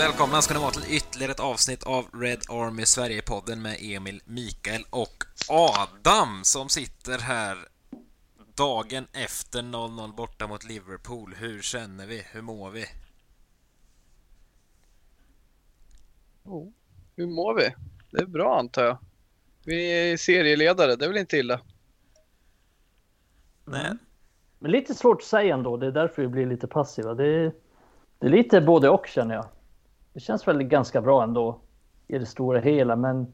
Välkomna ska ni vara till ytterligare ett avsnitt av Red Army Sverige-podden med Emil, Mikael och Adam som sitter här dagen efter 0-0 borta mot Liverpool. Hur känner vi? Hur mår vi? Hur mår vi? Det är bra antar jag. Vi är serieledare, det är väl inte illa? Nej. Men lite svårt att säga ändå, det är därför vi blir lite passiva. Det är lite både och känner jag. Det känns väl ganska bra ändå i det stora hela, men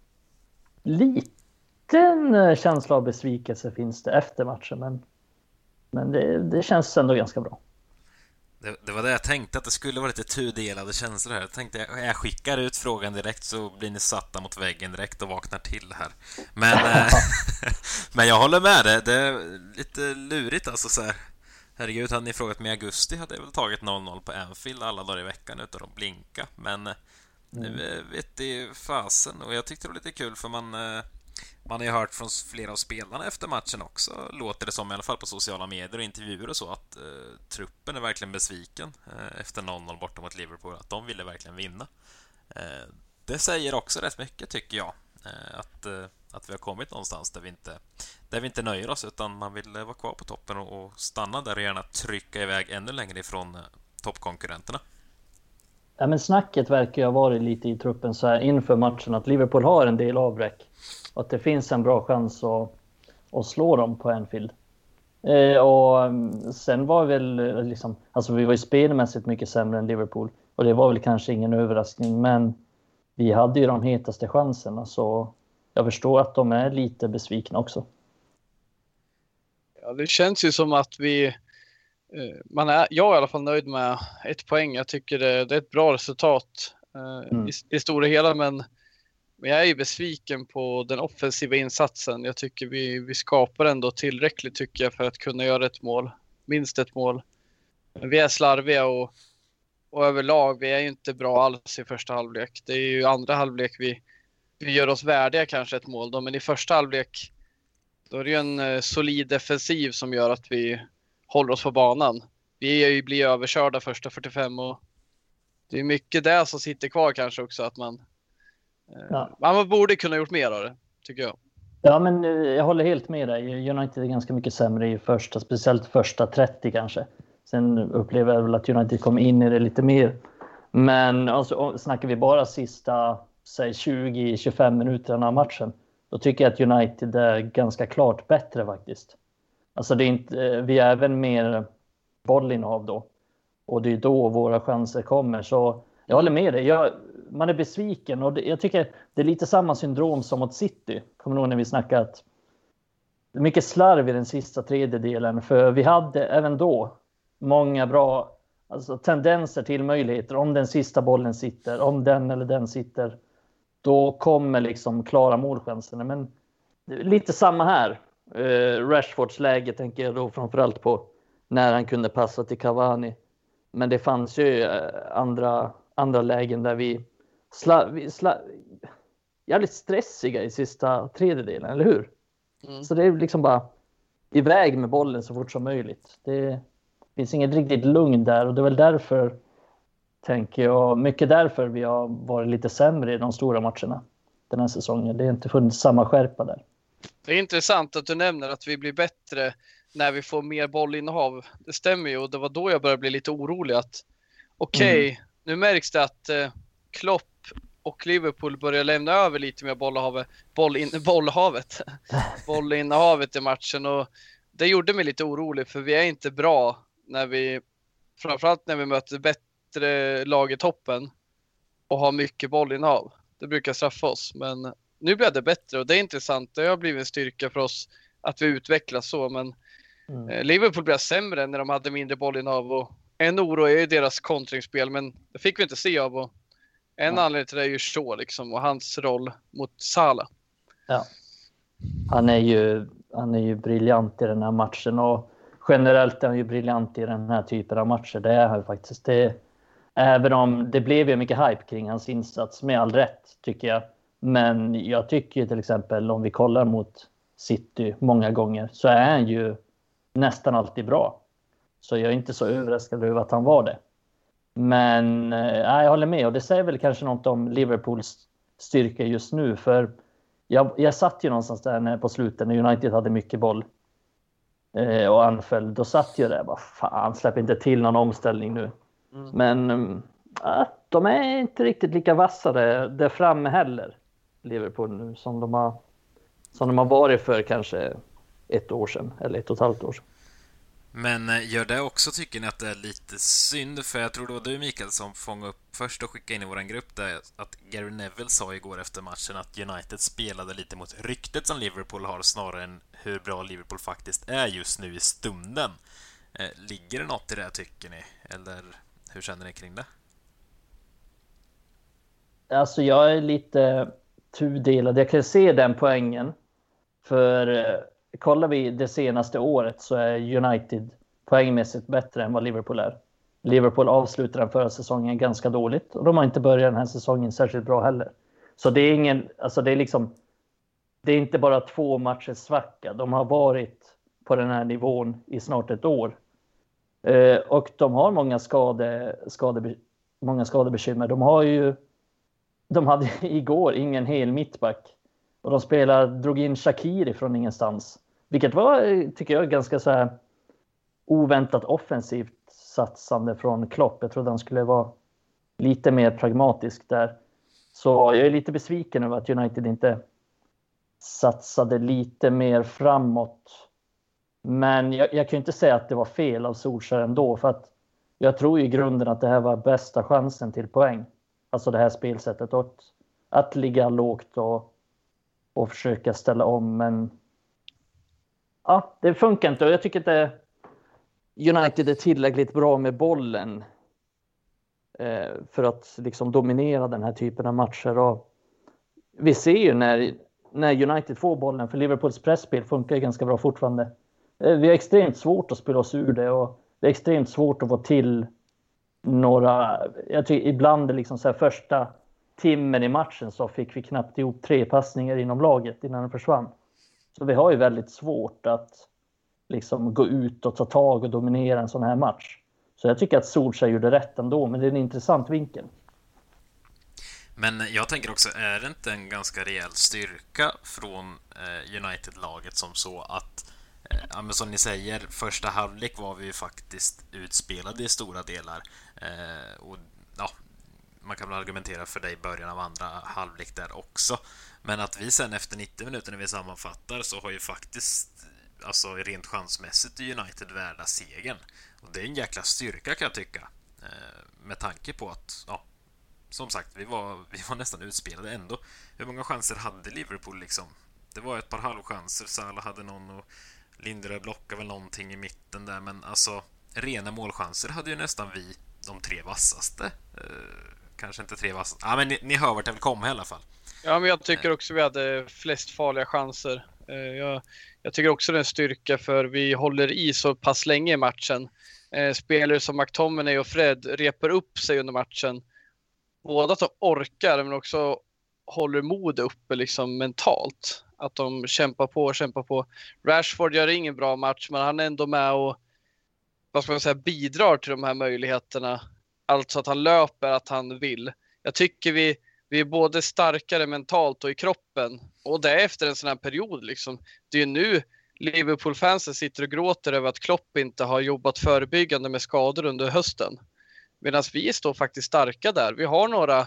liten känsla av besvikelse finns det efter matchen, men det känns ändå ganska bra. Det var det jag tänkte, att det skulle vara lite tudelade känslor här. Jag tänkte jag skickar ut frågan direkt så blir ni satta mot väggen direkt och vaknar till här. Men jag håller med det. Det är lite lurigt alltså så här. Herregud, hade ni frågat mig i augusti hade jag väl tagit 0-0 på Anfield alla dagar i veckan utan att blinka. Men nu vet det fasen. Och jag tyckte det var lite kul för man har ju hört från flera av spelarna efter matchen också, låter det som i alla fall på sociala medier och intervjuer och så, att truppen är verkligen besviken efter 0-0 borta mot Liverpool, att de ville verkligen vinna. Det säger också rätt mycket tycker jag, att vi har kommit någonstans där vi inte nöjer oss utan man vill vara kvar på toppen och stanna där och gärna trycka iväg ännu längre ifrån toppkonkurrenterna. Ja, men snacket verkar ju ha varit lite i truppen så här inför matchen att Liverpool har en del avbräck och att det finns en bra chans att slå dem på Anfield. Och sen var väl liksom, alltså vi var ju spelmässigt mycket sämre än Liverpool och det var väl kanske ingen överraskning, men vi hade ju de hetaste chanserna så jag förstår att de är lite besvikna också. Ja, det känns ju som att jag är i alla fall nöjd med 1 poäng. Jag tycker det är ett bra resultat i stora hela, men jag är ju besviken på den offensiva insatsen. Jag tycker vi skapar ändå tillräckligt tycker jag för att kunna göra ett mål, minst ett mål. Men vi är slarviga och överlag vi är ju inte bra alls i första halvlek. Det är ju andra halvlek vi gör oss värdiga kanske ett mål då, men i första halvlek då är det ju en solid defensiv som gör att vi håller oss på banan. Vi blir överkörda första 45 och det är mycket där som sitter kvar kanske också, att man borde kunna gjort mer av det, tycker jag. Ja, men jag håller helt med dig. United är ganska mycket sämre i speciellt första 30 kanske. Sen upplever jag väl att United kom in i det lite mer. Men alltså, snackar vi bara sista 20-25 minuterna av matchen, då tycker jag att United är ganska klart bättre faktiskt. Alltså det är inte, vi är även mer bollinnehav då. Och det är då våra chanser kommer. Så jag håller med dig. Man är besviken. Och jag tycker det är lite samma syndrom som mot City. Kommer nog när vi snackade att det är mycket slarv i den sista tredjedelen. För vi hade även då många bra tendenser till möjligheter. Om den sista bollen sitter, om den eller den sitter, då kommer liksom klara målchanserna. Men lite samma här. Rashfords läge tänker jag då framförallt på när han kunde passa till Cavani. Men det fanns ju andra lägen där vi jävligt stressiga i sista tredjedelen, eller hur? Så det är liksom bara iväg med bollen så fort som möjligt. Det finns inget riktigt lugn där och det är väl därför, tänker jag, mycket därför vi har varit lite sämre i de stora matcherna den här säsongen. Det är inte funnits samma skärpa där. Det är intressant att du nämner att vi blir bättre när vi får mer bollinnehav. Det stämmer ju, och det var då jag började bli lite orolig att nu märks det att Klopp och Liverpool börjar lämna över lite mer bollinnehavet i matchen, och det gjorde mig lite orolig för vi är inte bra framförallt när vi möter bättre lag i toppen och har mycket bollinnehav. Det brukar straffa oss, men nu blir det bättre och det är intressant. Det har blivit en styrka för oss att vi utvecklas så, men Liverpool blev sämre när de hade mindre bollinnehav, och en oro är ju deras kontringsspel, men det fick vi inte se av, och en anledning till det är ju Shaw liksom, och hans roll mot Salah. Ja. Han är ju briljant i den här matchen, och generellt är han ju briljant i den här typen av matcher. Det är han faktiskt. Även om det blev ju mycket hype kring hans insats, med all rätt tycker jag. Men jag tycker till exempel om vi kollar mot City många gånger så är han ju nästan alltid bra. Så jag är inte så överraskad över att han var det. Men jag håller med, och det säger väl kanske något om Liverpools styrka just nu, för jag satt ju någonstans där på slutet när United hade mycket boll och anföll. Då satt jag där bara, fan, släpp inte till någon omställning nu. Men de är inte riktigt lika vassa där framme heller, Liverpool nu, som de har varit för kanske 1 år sedan eller 1,5 år sedan. Men gör det också, tycker ni att det är lite synd? För jag tror det var du, Mikael, som fångade upp först och skickade in i våran grupp där att Gary Neville sa igår efter matchen att United spelade lite mot ryktet som Liverpool har snarare än hur bra Liverpool faktiskt är just nu i stunden. Ligger det något i det, tycker ni? Eller hur känner ni kring det? Alltså jag är lite tudelad. Jag kan se den poängen. För kollar vi det senaste året så är United poängmässigt bättre än vad Liverpool är. Liverpool avslutar den förra säsongen ganska dåligt. Och de har inte börjat den här säsongen särskilt bra heller. Så det är det är inte bara 2 matchers svacka. De har varit på den här nivån i snart 1 år. Och de har många skadebekymmer. De hade igår ingen hel mittback. Och de drog in Shaqiri från ingenstans. Vilket var, tycker jag, ganska så här oväntat offensivt satsande från Klopp. Jag trodde han skulle vara lite mer pragmatisk där. Så jag är lite besviken över att United inte satsade lite mer framåt. Men jag kan ju inte säga att det var fel av Solskjaer ändå. För att jag tror i grunden att det här var bästa chansen till poäng. Alltså det här spelsättet. Och att ligga lågt och försöka ställa om. Men ja, det funkar inte. Och jag tycker inte United är tillräckligt bra med bollen för att liksom dominera den här typen av matcher. Och vi ser ju när United får bollen, för Liverpools pressspel funkar ganska bra fortfarande. Vi har extremt svårt att spela oss ur det, och det är extremt svårt att få till jag tycker ibland är liksom så här, första timmen i matchen så fick vi knappt ihop 3 passningar inom laget innan den försvann. Så vi har ju väldigt svårt att liksom gå ut och ta tag och dominera en sån här match. Så jag tycker att Solskjaer gjorde rätt ändå, men det är en intressant vinkel. Men jag tänker också, är det inte en ganska rejäl styrka från United-laget som så att men som ni säger, första halvlek var vi ju faktiskt utspelade i stora delar. Och ja, man kan väl argumentera för det i början av andra halvlek där också. Men att vi sen efter 90 minuter när vi sammanfattar så har ju faktiskt, alltså rent chansmässigt, United värda segern. Och det är en jäkla styrka, kan jag tycka. Med tanke på att, ja, som sagt, vi var nästan utspelade ändå. Hur många chanser hade Liverpool liksom? Det var ett par halvchanser, Salah hade någon och Lindelöf blockade väl någonting i mitten där, men alltså rena målchanser hade ju nästan vi, de 3 vassaste. Kanske inte 3 vassaste. Ja, men ni hör vart jag vill komma i alla fall. Ja, men jag tycker också vi hade flest farliga chanser. Jag tycker också det är en styrka, för vi håller i så pass länge i matchen. Spelare som McTominay och Fred repar upp sig under matchen. Båda som orkar, men också håller mod uppe liksom mentalt. Att de kämpar på. Rashford gör ingen bra match, men han är ändå med och bidrar till de här möjligheterna. Alltså att han löper, att han vill. Jag tycker vi är både starkare mentalt och i kroppen. Och det är efter en sån här period liksom. Det är ju nu Liverpool-fansen sitter och gråter över att Klopp inte har jobbat förebyggande med skador under hösten. Medan vi står faktiskt starka där. Vi har några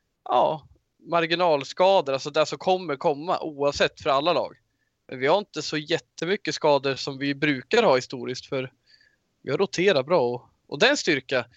marginalskador, alltså det som kommer komma oavsett för alla lag. Men vi har inte så jättemycket skador som vi brukar ha historiskt, för vi har roterat bra och det är en styrka.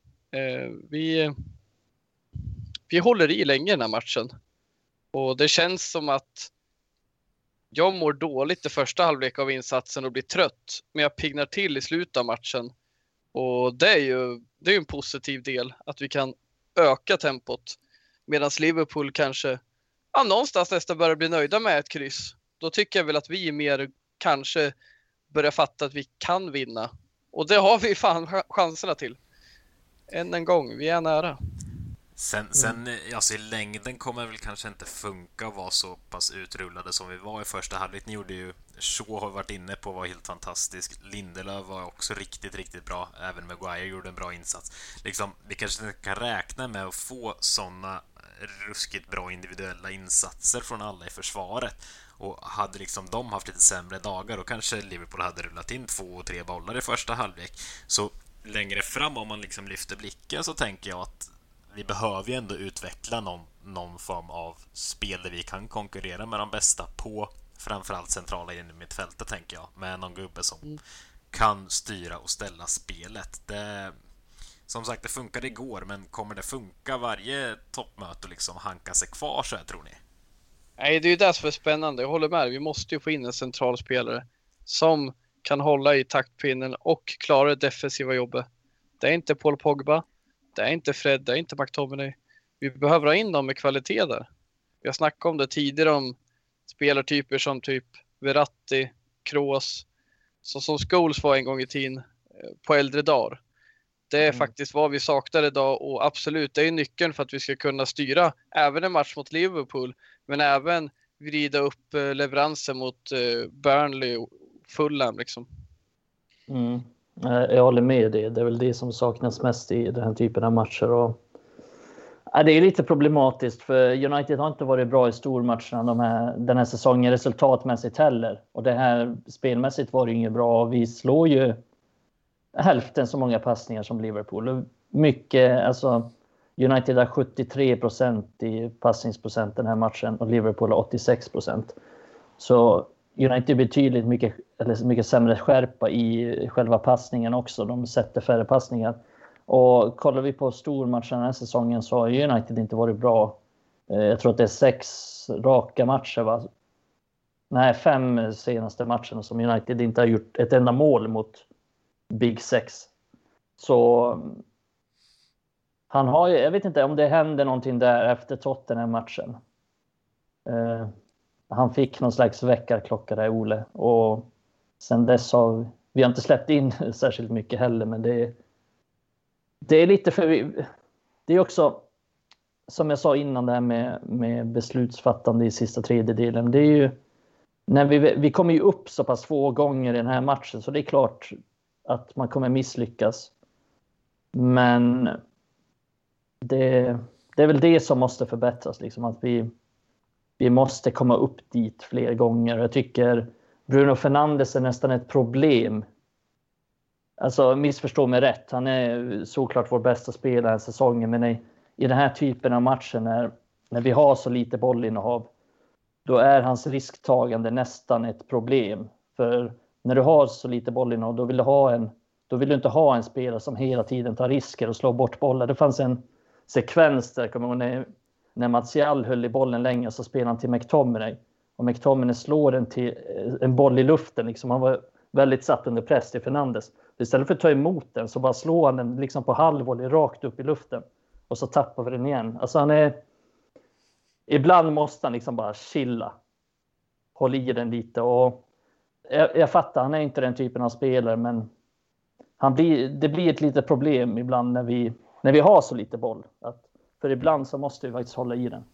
Vi håller i länge den här matchen. Och det känns som att jag mår dåligt i första halvlek av insatsen och blir trött, men jag pignar till i slutet av matchen. Och det är ju en positiv del, att vi kan öka tempot. Medan Liverpool kanske någonstans nästan börjar bli nöjda med ett kryss. Då tycker jag väl att vi mer kanske börjar fatta att vi kan vinna. Och det har vi fan chanserna till. Än en gång, vi är nära. Sen alltså i längden kommer det väl kanske inte funka att vara så pass utrullade som vi var i första halvlek. Ni gjorde ju, Shaw har varit inne på, var helt fantastisk. Lindelöf var också riktigt, riktigt bra. Även Maguire gjorde en bra insats. Liksom, vi kanske inte kan räkna med att få sådana ruskigt bra individuella insatser från alla i försvaret. Och hade liksom de haft lite sämre dagar, då kanske Liverpool hade rullat in 2 och 3 bollar i första halvlek. Så längre fram, om man liksom lyfter blicken, så tänker jag att vi behöver ju ändå utveckla någon form av spel där vi kan konkurrera med de bästa på framförallt centrala in i mittfältet, tänker jag. Med någon gubbe som kan styra och ställa spelet. Som sagt, det funkade igår, men kommer det funka varje toppmöte och liksom hanka sig kvar så här, tror ni? Nej, det är ju det som är spännande. Jag håller med. Vi måste ju få in en central spelare som kan hålla i taktpinnen och klara det defensiva jobbet. Det är inte Paul Pogba, det är inte Fred, det är inte McTominay. Vi behöver ha in dem med kvalitet där. Vi har snackat om det tidigare, om spelartyper som typ Verratti, Kroos, så som Scholes var en gång i tiden på äldre dagar. Det är faktiskt vad vi saknar idag, och absolut, det är nyckeln för att vi ska kunna styra även en match mot Liverpool, men även vrida upp leveransen mot Burnley och Fulham liksom. Jag håller med dig. Det är väl det som saknas mest i den här typen av matcher. Och det är lite problematiskt, för United har inte varit bra i stormatcherna den här säsongen resultatmässigt heller. Och det här spelmässigt var det inget bra. Vi slår ju hälften så många passningar som Liverpool. Mycket, alltså United har 73% i passningsprocent den här matchen och Liverpool har 86%. Så United är betydligt mycket sämre skärpa i själva passningen också. De sätter färre passningar. Och kollar vi på stormatcherna den här säsongen så har United inte varit bra. Jag tror att det är 6 raka matcher, va? Nej, 5 senaste matcherna som United inte har gjort ett enda mål mot Big 6. Så han har ju, jag vet inte om det hände någonting där efter Tottenham-matchen. Han fick någon slags väckarklocka där, Ole. Och sen dess har vi inte släppt in särskilt mycket heller. Men det är lite för... Det är också, som jag sa innan, det här med beslutsfattande i sista tredjedelen. Det är ju... När vi kommer ju upp så pass få gånger i den här matchen, så det är klart att man kommer misslyckas. Men det är väl det som måste förbättras. Liksom, att vi måste komma upp dit fler gånger. Jag tycker Bruno Fernandes är nästan ett problem. Alltså, missförstå mig rätt. Han är såklart vår bästa spelare i säsongen. Men i den här typen av matcher, när vi har så lite bollinnehav, då är hans risktagande nästan ett problem. För när du har så lite bollinnehav, då vill du inte ha en spelare som hela tiden tar risker och slår bort bollar. Det fanns en sekvens där, kommer jag ihåg, när Martial höll i bollen länge, så spelade han till McTominay. Och McTominay slår en boll i luften. Liksom. Han var väldigt satt under press till Fernandes. Istället för att ta emot den så bara slår han den liksom på halvvolley rakt upp i luften. Och så tappar vi den igen. Alltså ibland måste han liksom bara chilla. Håll i den lite. Och jag fattar, han är inte den typen av spelare, men det blir ett litet problem ibland när vi har så lite boll. För ibland så måste vi faktiskt hålla i den.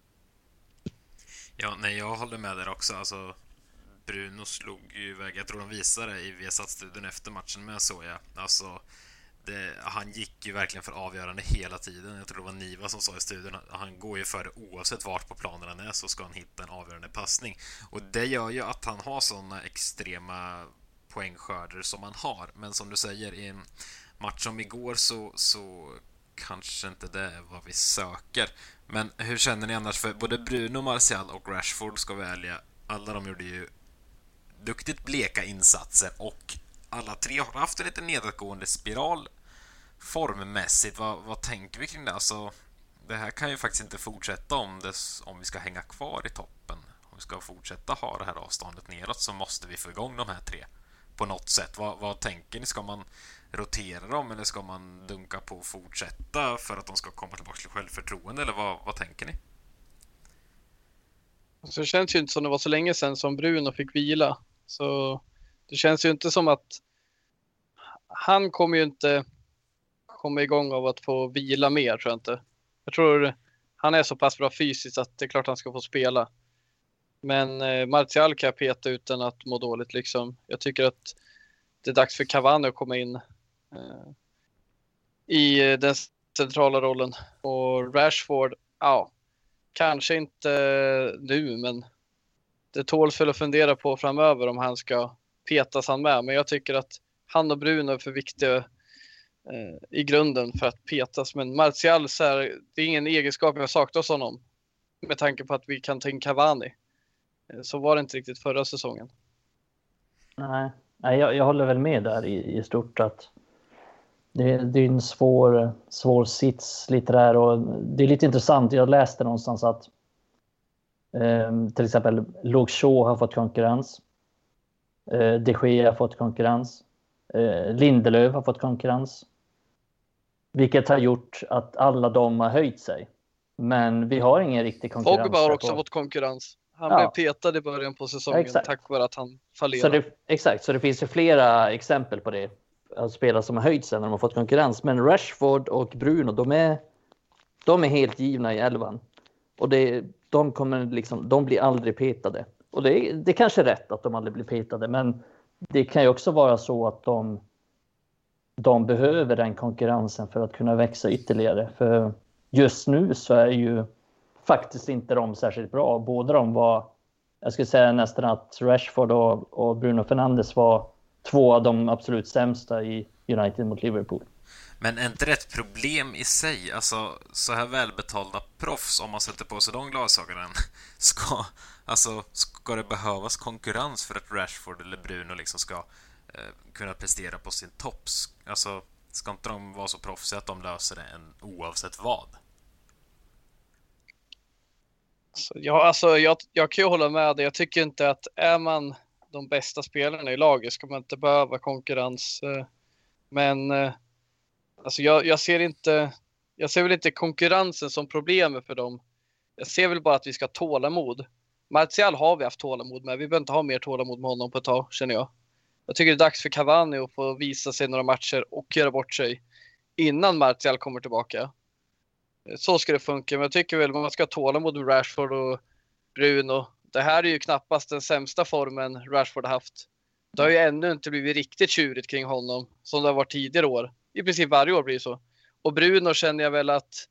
Ja, nej, jag håller med där också. Alltså, Bruno slog ju iväg, jag tror de visade det i Viasat-studien efter matchen med, så ja. Alltså, han gick ju verkligen för avgörande hela tiden. Jag tror det var Niva som sa i studion att han går ju för det, oavsett vart på planen han är, så ska han hitta en avgörande passning. Och det gör ju att han har sådana extrema poängskörder som han har. Men som du säger, i en match som igår så kanske inte det är vad vi söker. Men hur känner ni annars? För både Bruno, Martial och Rashford, ska välja, alla de gjorde ju duktigt bleka insatser, och alla tre har haft en lite nedåtgående spiral formmässigt. Vad tänker vi kring det? Alltså, det här kan ju faktiskt inte fortsätta om vi ska hänga kvar i toppen. Om vi ska fortsätta ha det här avståndet neråt, så måste vi få igång de här tre på något sätt. Vad tänker ni? Ska man rotera dem, eller ska man dunka på och fortsätta för att de ska komma tillbaka till självförtroende, eller vad tänker ni? Så det känns ju inte som det var så länge sedan som Bruno fick vila. Så det känns ju inte som att han kommer ju inte komma igång av att få vila mer, tror jag inte. Jag tror han är så pass bra fysiskt att det är klart han ska få spela. Men Martial kan jag peta utan att må dåligt liksom. Jag tycker att det är dags för Cavani att komma in i den centrala rollen. Och Rashford, ja, kanske inte nu, men det tåls väl att fundera på framöver om han ska petas han med. Men jag tycker att han och Bruno är för viktiga i grunden för att petas. Men Martial, så här, det är ingen egenskap jag saknar hos honom. Med tanke på att vi kan ta in Cavani. Så var det inte riktigt förra säsongen. Nej, jag håller väl med där i stort att det är en svår sits lite där, och det är lite intressant. Jag läste någonstans att till exempel Luke Shaw har fått konkurrens, De Gea har fått konkurrens, Lindelöf har fått konkurrens, vilket har gjort att alla de har höjt sig. Men vi har ingen riktig konkurrens. Pogba har också fått konkurrens. Han blev petad i början på säsongen tack vare att han fallerade. Så det finns ju flera exempel på det. Att spelare som har höjt sig när de har fått konkurrens. Men Rashford och Bruno, de är helt givna i elvan. Och de blir aldrig petade. Och det kanske är rätt att de aldrig blir petade. Men det kan ju också vara så att de behöver den konkurrensen för att kunna växa ytterligare. För just nu så är ju faktiskt inte de särskilt bra. Båda de var, jag skulle säga nästan att Rashford och Bruno Fernandes var två av de absolut sämsta i United mot Liverpool. Men är inte det ett problem i sig? Alltså, så här välbetalda proffs, om man sätter på sig de glasögonen, ska det behövas konkurrens för att Rashford eller Bruno liksom ska kunna prestera på sin topps? Alltså, ska inte de vara så proffsiga att de löser det oavsett vad? Jag kan ju hålla med dig. Jag tycker inte att är man de bästa spelarna i laget ska man inte behöva konkurrens. Men alltså jag ser väl inte konkurrensen som problemet för dem. Jag ser väl bara att vi ska ha tålamod. Martial har vi haft tålamod med. Vi behöver inte ha mer tålamod med honom på ett tag, känner jag. Jag tycker det är dags för Cavani att få visa sig några matcher och göra bort sig innan Martial kommer tillbaka. Så ska det funka, men jag tycker väl man ska tåla mot Rashford och Bruno. Det här är ju knappast den sämsta formen Rashford har haft. Det har ju ännu inte blivit riktigt tjurigt kring honom som det har varit tidigare år. I princip varje år blir det så. Och Bruno känner jag väl att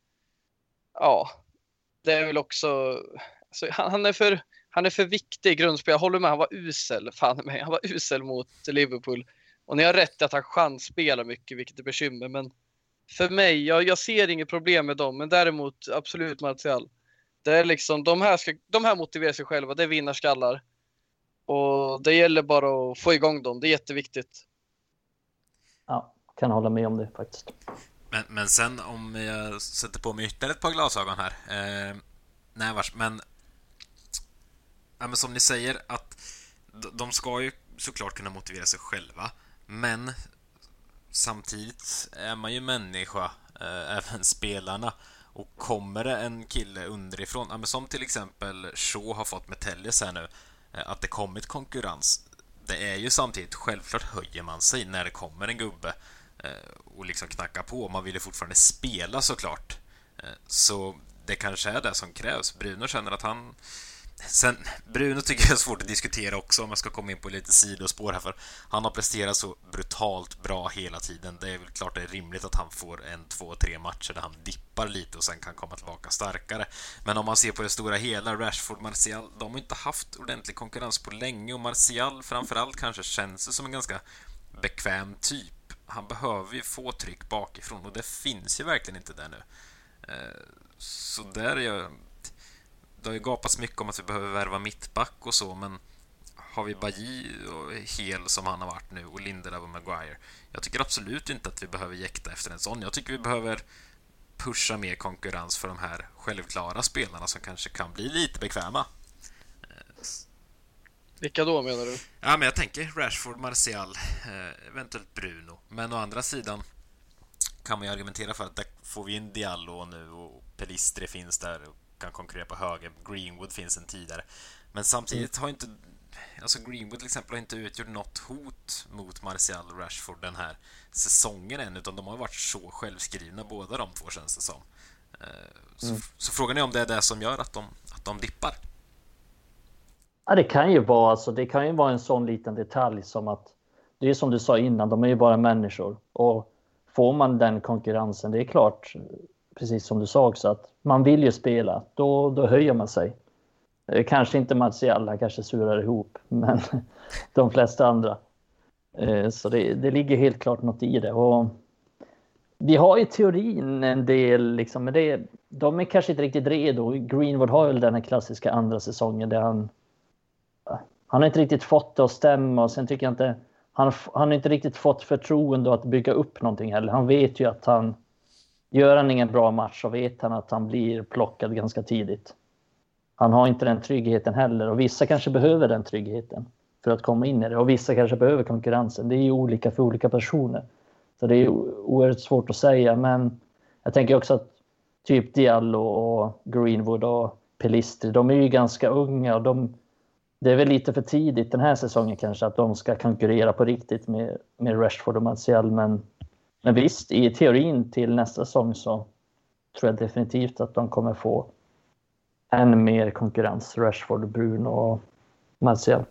det är väl också alltså, han är för viktig i grundspel. Jag håller med, han var usel. Han var usel mot Liverpool. Och ni har rätt att han chansspelar mycket, vilket är bekymmer, men för mig, jag ser inget problem med dem, men däremot absolut Martial. Det är liksom, de här motiverar sig själva, det är vinnarskallar. Och det gäller bara att få igång dem, det är jätteviktigt. Ja, kan hålla med om det faktiskt. Men sen om jag sätter på mig ytterligare ett par glasögon här. Men som ni säger, att de ska ju såklart kunna motivera sig själva, men samtidigt är man ju människa, även spelarna. Och kommer det en kille underifrån, som till exempel Shaw har fått med Telles här nu, att det kommit konkurrens, det är ju samtidigt självklart höjer man sig när det kommer en gubbe och liksom knackar på. Man vill ju fortfarande spela såklart. Så det kanske är det som krävs. Bruno känner att han... Sen, Bruno tycker jag är svårt att diskutera också, om jag ska komma in på lite sidospår här, för han har presterat så brutalt bra hela tiden. Det är väl klart det är rimligt att han får 1, 2, 3 matcher där han dippar lite och sen kan komma tillbaka starkare. Men om man ser på det stora hela, Rashford, Martial, de har inte haft ordentlig konkurrens på länge, och Martial framförallt kanske känns som en ganska bekväm typ. Han behöver ju få tryck bakifrån, och det finns ju verkligen inte där nu. Så där är jag... Det har ju gapats mycket om att vi behöver värva mittback och så, men har vi Bailly och Hel som han har varit nu, och Lindelöf och Maguire, jag tycker absolut inte att vi behöver jäkta efter en sån. Jag tycker vi behöver pusha mer konkurrens för de här självklara spelarna som kanske kan bli lite bekväma. Vilka då menar du? Ja, men jag tänker Rashford, Martial, eventuellt Bruno. Men å andra sidan kan man ju argumentera för att där får vi in Diallo nu, och Pelistri finns där och kan konkurrera på höger. Greenwood finns en tidigare. Men samtidigt har inte... Alltså Greenwood till exempel har inte utgjort något hot mot Martial och Rashford den här säsongen än, utan de har varit så självskrivna båda de två, känns det som. Så frågan är om det är det som gör att de dippar. Ja, det kan ju vara, alltså, det kan ju vara en sån liten detalj som att det är som du sa innan, de är ju bara människor. Och får man den konkurrensen, det är klart, precis som du sa också, att man vill ju spela, då höjer man sig. Kanske inte Martial, kanske surar ihop, men de flesta andra. Så det ligger helt klart något i det. Och vi har i teorin en del, liksom, men de är kanske inte riktigt redo. Greenwood har ju den här klassiska andra säsongen där han har inte riktigt fått det att stämma, och sen tycker jag inte han har inte riktigt fått förtroende att bygga upp någonting heller. Han vet ju att gör han ingen bra match så vet han att han blir plockad ganska tidigt. Han har inte den tryggheten heller, och vissa kanske behöver den tryggheten för att komma in i det, och vissa kanske behöver konkurrensen. Det är ju olika för olika personer. Så det är oerhört svårt att säga, men jag tänker också att typ Diallo och Greenwood och Pelistri, de är ju ganska unga, och det är väl lite för tidigt den här säsongen kanske att de ska konkurrera på riktigt med Rashford och Martial, men visst, i teorin till nästa säsong så tror jag definitivt att de kommer få än mer konkurrens, Rashford, Bruno och Martial.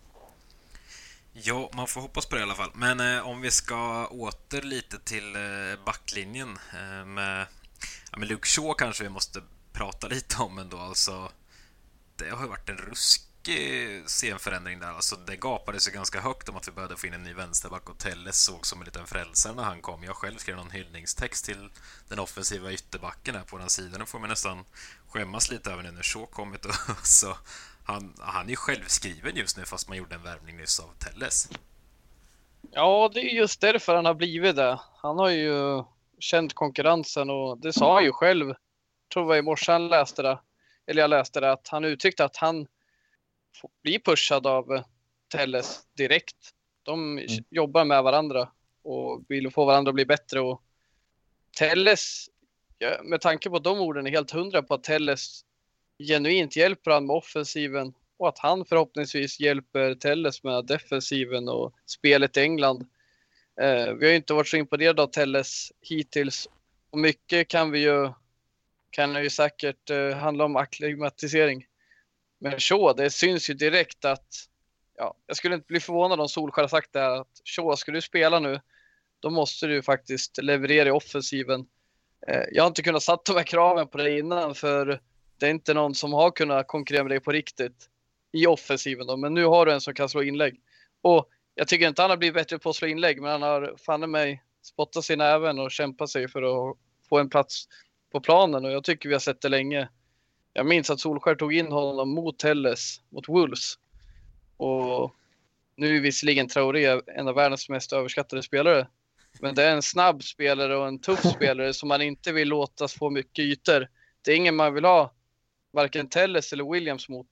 Ja, man får hoppas på det i alla fall. Men om vi ska åter lite till backlinjen med Luke Shaw kanske vi måste prata lite om ändå. Alltså, det har ju varit en ruskig scenförändring där. Alltså, det gapades ju ganska högt om att vi började få in en ny vänsterback, och Telles såg som en liten frälsare när han kom. Jag själv skrev någon hyllningstext till den offensiva ytterbacken här på den sidan. Nu får man nästan skämmas lite över när Shaw kommit. Så han är ju självskriven just nu, fast man gjorde en värvning nyss av Telles. Ja, det är just därför han har blivit det. Han har ju känt konkurrensen, och det sa han ju själv. Jag tror det var i morse han läste det. Eller jag läste det, att han uttryckte att han blir pushad av Telles direkt. De jobbar med varandra och vill få varandra att bli bättre. Och Telles, med tanke på de orden, är helt 100 på att Telles genuint hjälper han med offensiven, och att han förhoppningsvis hjälper Telles med defensiven och spelet i England. Vi har ju inte varit så imponerade av Telles hittills, och mycket kan ju säkert handla om akklimatisering. Men Shaw, det syns ju direkt att, jag skulle inte bli förvånad om Solskjaer har sagt det här, att Shaw, ska du spela nu, då måste du faktiskt leverera i offensiven. Jag har inte kunnat satt de här kraven på dig innan, för det är inte någon som har kunnat konkurrera med dig på riktigt i offensiven då. Men nu har du en som kan slå inlägg. Och jag tycker inte han har blivit bättre på att slå inlägg, men han har fan i mig spottat sig även och kämpat sig för att få en plats på planen. Och jag tycker vi har sett det länge. Jag minns att Solskjaer tog in honom mot Telles, mot Wolves. Och nu är visserligen Traoré en av världens mest överskattade spelare. Men det är en snabb spelare och en tuff spelare som man inte vill låtas få mycket ytor. Det är ingen man vill ha varken Telles eller Williams mot.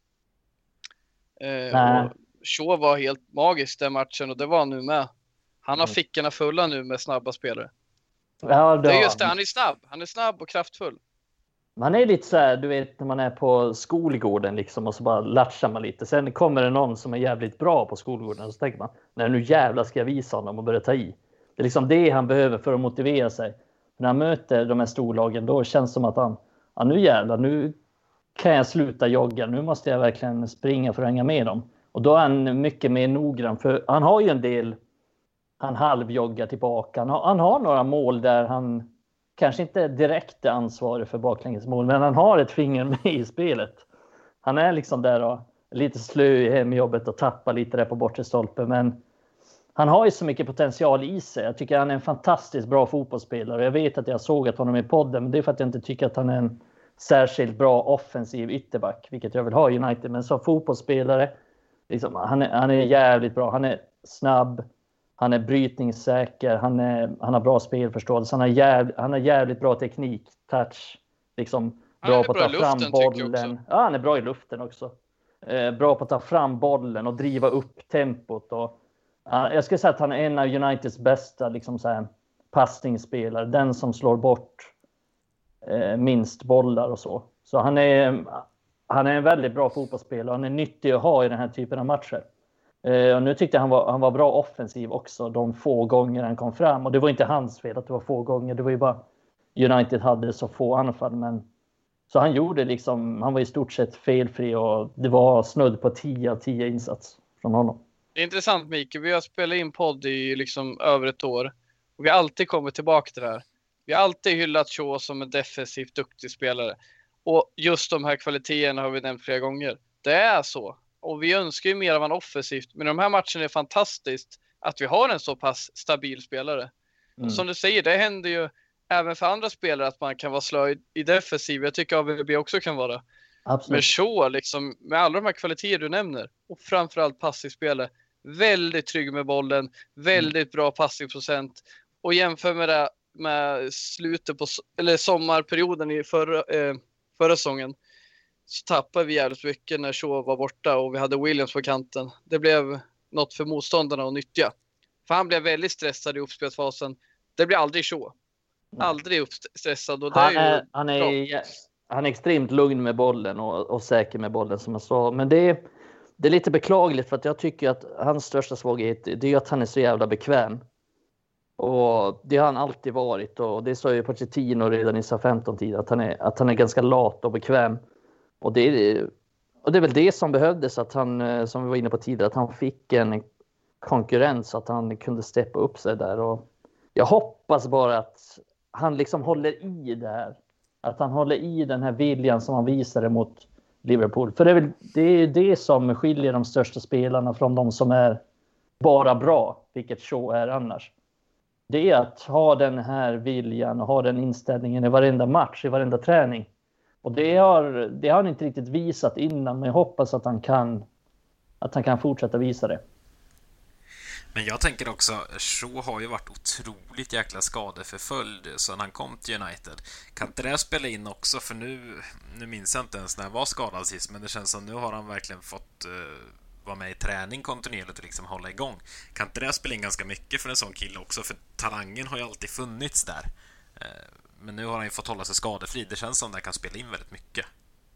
Shaw var helt magisk den matchen, och det var han nu med. Han har fickorna fulla nu med snabba spelare. Ja, det är just det, han är snabb och kraftfull. Man är lite så här, du vet, när man är på skolgården liksom, och så bara latchar man lite. Sen kommer det någon som är jävligt bra på skolgården, och så tänker man, nej, nu jävla ska jag visa honom och börja ta i. Det är liksom det han behöver för att motivera sig. När han möter de här storlagen, då känns det som att nu jävlar, nu kan jag sluta jogga. Nu måste jag verkligen springa för att hänga med dem. Och då är han mycket mer noggrann. För han har ju en del, han halvjoggar tillbaka. Han har några mål där han kanske inte direkt är ansvarig för baklängesmål, men han har ett finger med i spelet. Han är liksom där och lite slö i hemjobbet och tappar lite där på bortre stolpen, men han har ju så mycket potential i sig. Jag tycker han är en fantastiskt bra fotbollsspelare. Jag vet att jag sågat honom i podden, men det är för att jag inte tycker att han är en särskilt bra offensiv ytterback, vilket jag vill ha i United. Men som fotbollsspelare, liksom, han är jävligt bra. Han är snabb, han är brytningssäker, han har bra spelförståelse, han har jävligt bra teknik, touch, liksom bra på att ta fram bollen. Ja, han är bra i luften också. Bra på att ta fram bollen och driva upp tempot. Och jag skulle säga att han är en av Uniteds bästa liksom så här passningsspelare, den som slår bort minst bollar och så. Så han är en väldigt bra fotbollsspelare. Han är nyttig att ha i den här typen av matcher. Och nu tyckte jag han var bra offensiv också de få gånger han kom fram. Och det var inte hans fel att det var få gånger. Det var ju bara United hade så få anfall. Men så han gjorde liksom, han var i stort sett felfri och det var snudd på 10 av 10 insats från honom. Det är intressant, Mikael. Vi har spelat in podd i liksom över ett år och vi har alltid kommit tillbaka till det här. Vi har alltid hyllat Shaw som en defensivt duktig spelare. Och just de här kvaliteterna har vi nämnt flera gånger. Det är så. Och vi önskar ju mer av en offensivt. Men de här matcherna är fantastiskt att vi har en så pass stabil spelare. Och som du säger, det händer ju även för andra spelare att man kan vara slö i defensiv. Jag tycker AVB också kan vara. Absolut. Men Shaw, liksom, med alla de här kvaliteter du nämner och framförallt passivspelare, väldigt trygg med bollen, väldigt bra passivprocent. Och jämför med det med slutet på eller sommarperioden i förra säsongen, så tappade vi jävligt mycket när Shaw var borta och vi hade Williams på kanten. Det blev något för motståndarna att nyttja. För han blev väldigt stressad i uppspelsfasen. Det blir aldrig Shaw. Aldrig uppstressad. Och det han är extremt lugn med bollen och säker med bollen, som jag sa. Men det är lite beklagligt, för att jag tycker att hans största svaghet det är att han är så jävla bekväm. Och det har han alltid varit, och det sa ju Pochettino redan i SA-15-tid att han är ganska lat och bekväm. Och det är väl det som behövdes, att han, som vi var inne på tidigare, att han fick en konkurrens, att han kunde steppa upp sig där. Och jag hoppas bara att han liksom håller i det här, att han håller i den här viljan som han visade mot Liverpool. För det är det som skiljer de största spelarna från de som är bara bra, vilket Shaw är annars. Det är att ha den här viljan och ha den inställningen i varenda match, i varenda träning. Och det har han inte riktigt visat innan, men jag hoppas att han kan fortsätta visa det. Men jag tänker också, Shaw har ju varit otroligt jäkla skadeförföljd sedan han kom till United. Kan inte det spela in också? För nu minns jag inte ens när han var skadad sist, men det känns som nu har han verkligen fått vara med i träning kontinuerligt och liksom hålla igång. Kan inte det spela in ganska mycket för en sån kille också? För talangen har ju alltid funnits där. Men nu har han ju fått hålla sig skadefri. Det känns som det kan spela in väldigt mycket.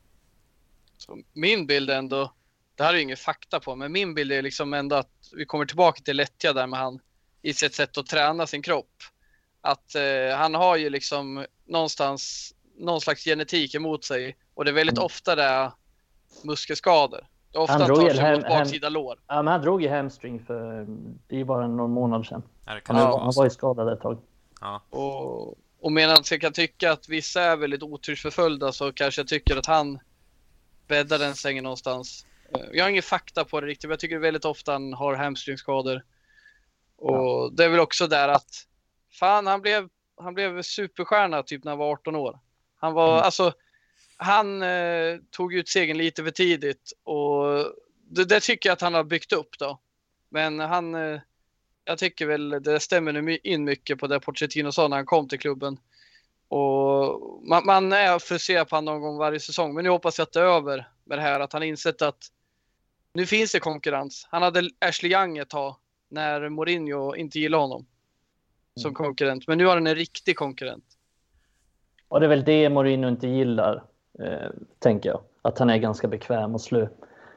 Så min bild ändå, det här är ju ingen fakta på, men min bild är liksom ändå att vi kommer tillbaka till Lettja där med han i sitt sätt att träna sin kropp. Att han har ju liksom någon slags genetik emot sig, och det är väldigt ofta det är muskelskador. Det är ofta han tar sig mot baksida lår. Ja, men han drog ju hamstring för det är bara någon månad sedan. Han var ju skadad ett tag. Ja. Och medan jag kan tycka att vissa är väldigt otursförföljda, så kanske jag tycker att han bäddar den sängen någonstans. Jag har ingen fakta på det riktigt, men jag tycker väldigt ofta han har hamstringskador. Och det är väl också där att fan, han blev superstjärna typ när han var 18 år. Han var han tog ut segern lite för tidigt, och det tycker jag att han har byggt upp då. Men jag tycker väl det stämmer nu in mycket på det Pochettino sa när han kom till klubben. Och man är frustrerad på honom någon gång varje säsong, men nu hoppas jag att det är över med det här, att han insett att nu finns det konkurrens. Han hade Ashley Young ett tag när Mourinho inte gillade honom som konkurrent, men nu har han en riktig konkurrent. Och det är väl det Mourinho inte gillar, tänker jag. Att han är ganska bekväm och slö.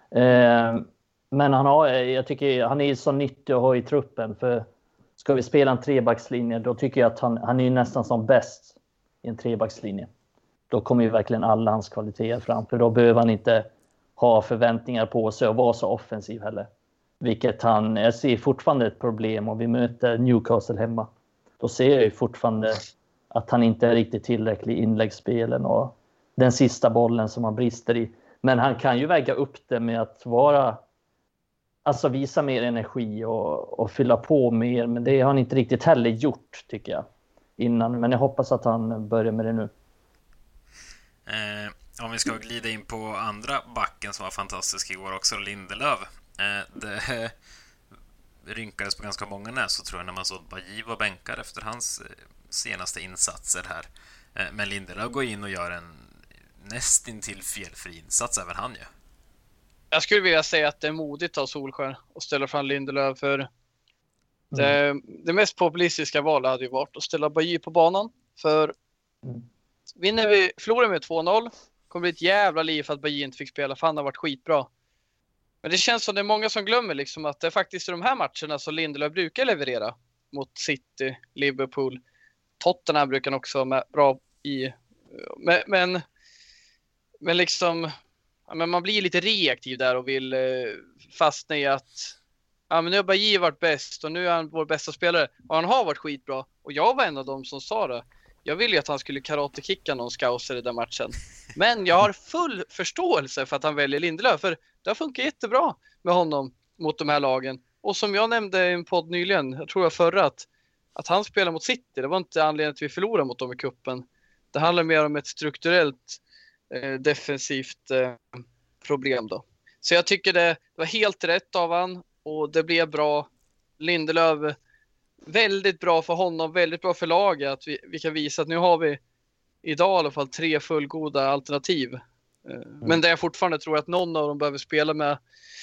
Men jag tycker han är så nyttig att ha i truppen. För ska vi spela en trebackslinje, då tycker jag att han är nästan som bäst i en trebackslinje. Då kommer ju verkligen alla hans kvaliteter fram. För då behöver han inte ha förväntningar på sig och vara så offensiv heller. Vilket jag ser fortfarande ett problem om vi möter Newcastle hemma. Då ser jag ju fortfarande att han inte är riktigt tillräcklig i inläggsspelen och den sista bollen som han brister i. Men han kan ju väga upp det med att visa mer energi och fylla på mer. Men det har han inte riktigt heller gjort, tycker jag, innan. Men jag hoppas att han börjar med det nu. Om vi ska glida in på andra backen som var fantastisk igår också, Lindelöf. Det rynkades på ganska många näsor, tror jag, när man såg Bajy var bänkad efter hans senaste insatser här. Men Lindelöf går in och gör en nästintill felfri insats, även han ju. Jag skulle vilja säga att det är modigt av Solskär att ställa fram Lindelöf, för det mest populistiska valet hade ju varit att ställa Bajy på banan. För förlorar vi med 2-0, kommer det ett jävla liv för att Bajy inte fick spela, för han har varit skitbra. Men det känns som det är många som glömmer liksom att det är faktiskt i de här matcherna så Lindelöf brukar leverera mot City, Liverpool. Tottenham brukar han också vara bra i. Men liksom, ja, men man blir lite reaktiv där och vill fastna i att ja, men nu har Bailly varit bäst och nu är han vår bästa spelare. Och han har varit skitbra. Och jag var en av dem som sa det. Jag ville ju att han skulle karatekicka någon scouser i den matchen. Men jag har full förståelse för att han väljer Lindelöf. För det har funkat jättebra med honom mot de här lagen. Och som jag nämnde i en podd nyligen, jag tror jag förra, att han spelar mot City. Det var inte anledningen att vi förlorade mot dem i kuppen. Det handlar mer om ett strukturellt defensivt problem då. Så jag tycker det var helt rätt av han. Och det blev bra. Lindelöf, väldigt bra för honom, väldigt bra för laget att vi kan visa att nu har vi idag i alla fall 3 fullgoda alternativ. Men det jag fortfarande tror att någon av dem behöver spela med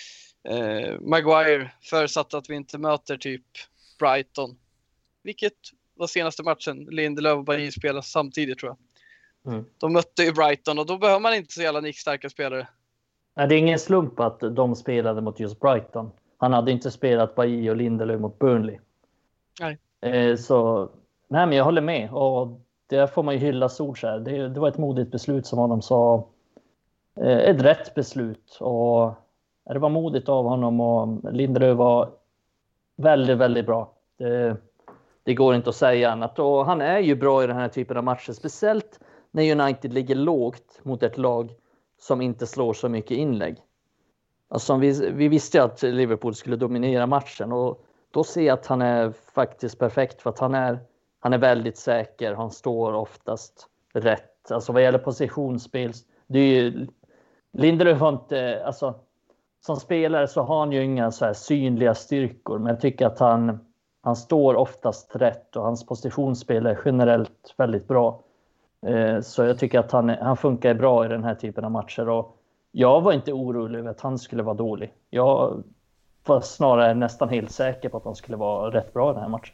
Maguire, förutsatt att vi inte möter typ Brighton. Vilket var senaste matchen Lindelöf och Bailly spelade samtidigt, tror jag. De mötte ju Brighton och då behöver man inte så jävla nickstarka spelare. Nej, det är ingen slump att de spelade mot just Brighton. Han hade inte spelat Bailly och Lindelöf mot Burnley. Nej. Nej, men jag håller med. Och det får man ju hylla Solskjaer. Det var ett modigt beslut som honom sa. Ett rätt beslut. Och det var modigt av honom. Och Lindelöf var väldigt, väldigt bra. Det går inte att säga annat. Och han är ju bra i den här typen av matcher. Speciellt när United ligger lågt mot ett lag som inte slår så mycket inlägg. Alltså, vi visste att Liverpool skulle dominera matchen. Och då ser jag att han är faktiskt perfekt. För att han är väldigt säker. Han står oftast rätt. Alltså vad gäller positionsspel. Det är ju, Lindelöf har inte... Alltså, som spelare så har han ju inga så här synliga styrkor. Men jag tycker att han står oftast rätt. Och hans positionsspel är generellt väldigt bra. Så jag tycker att han funkar bra i den här typen av matcher. Och jag var inte orolig över att han skulle vara dålig. Jag var snarare nästan helt säker på att han skulle vara rätt bra i den här matchen.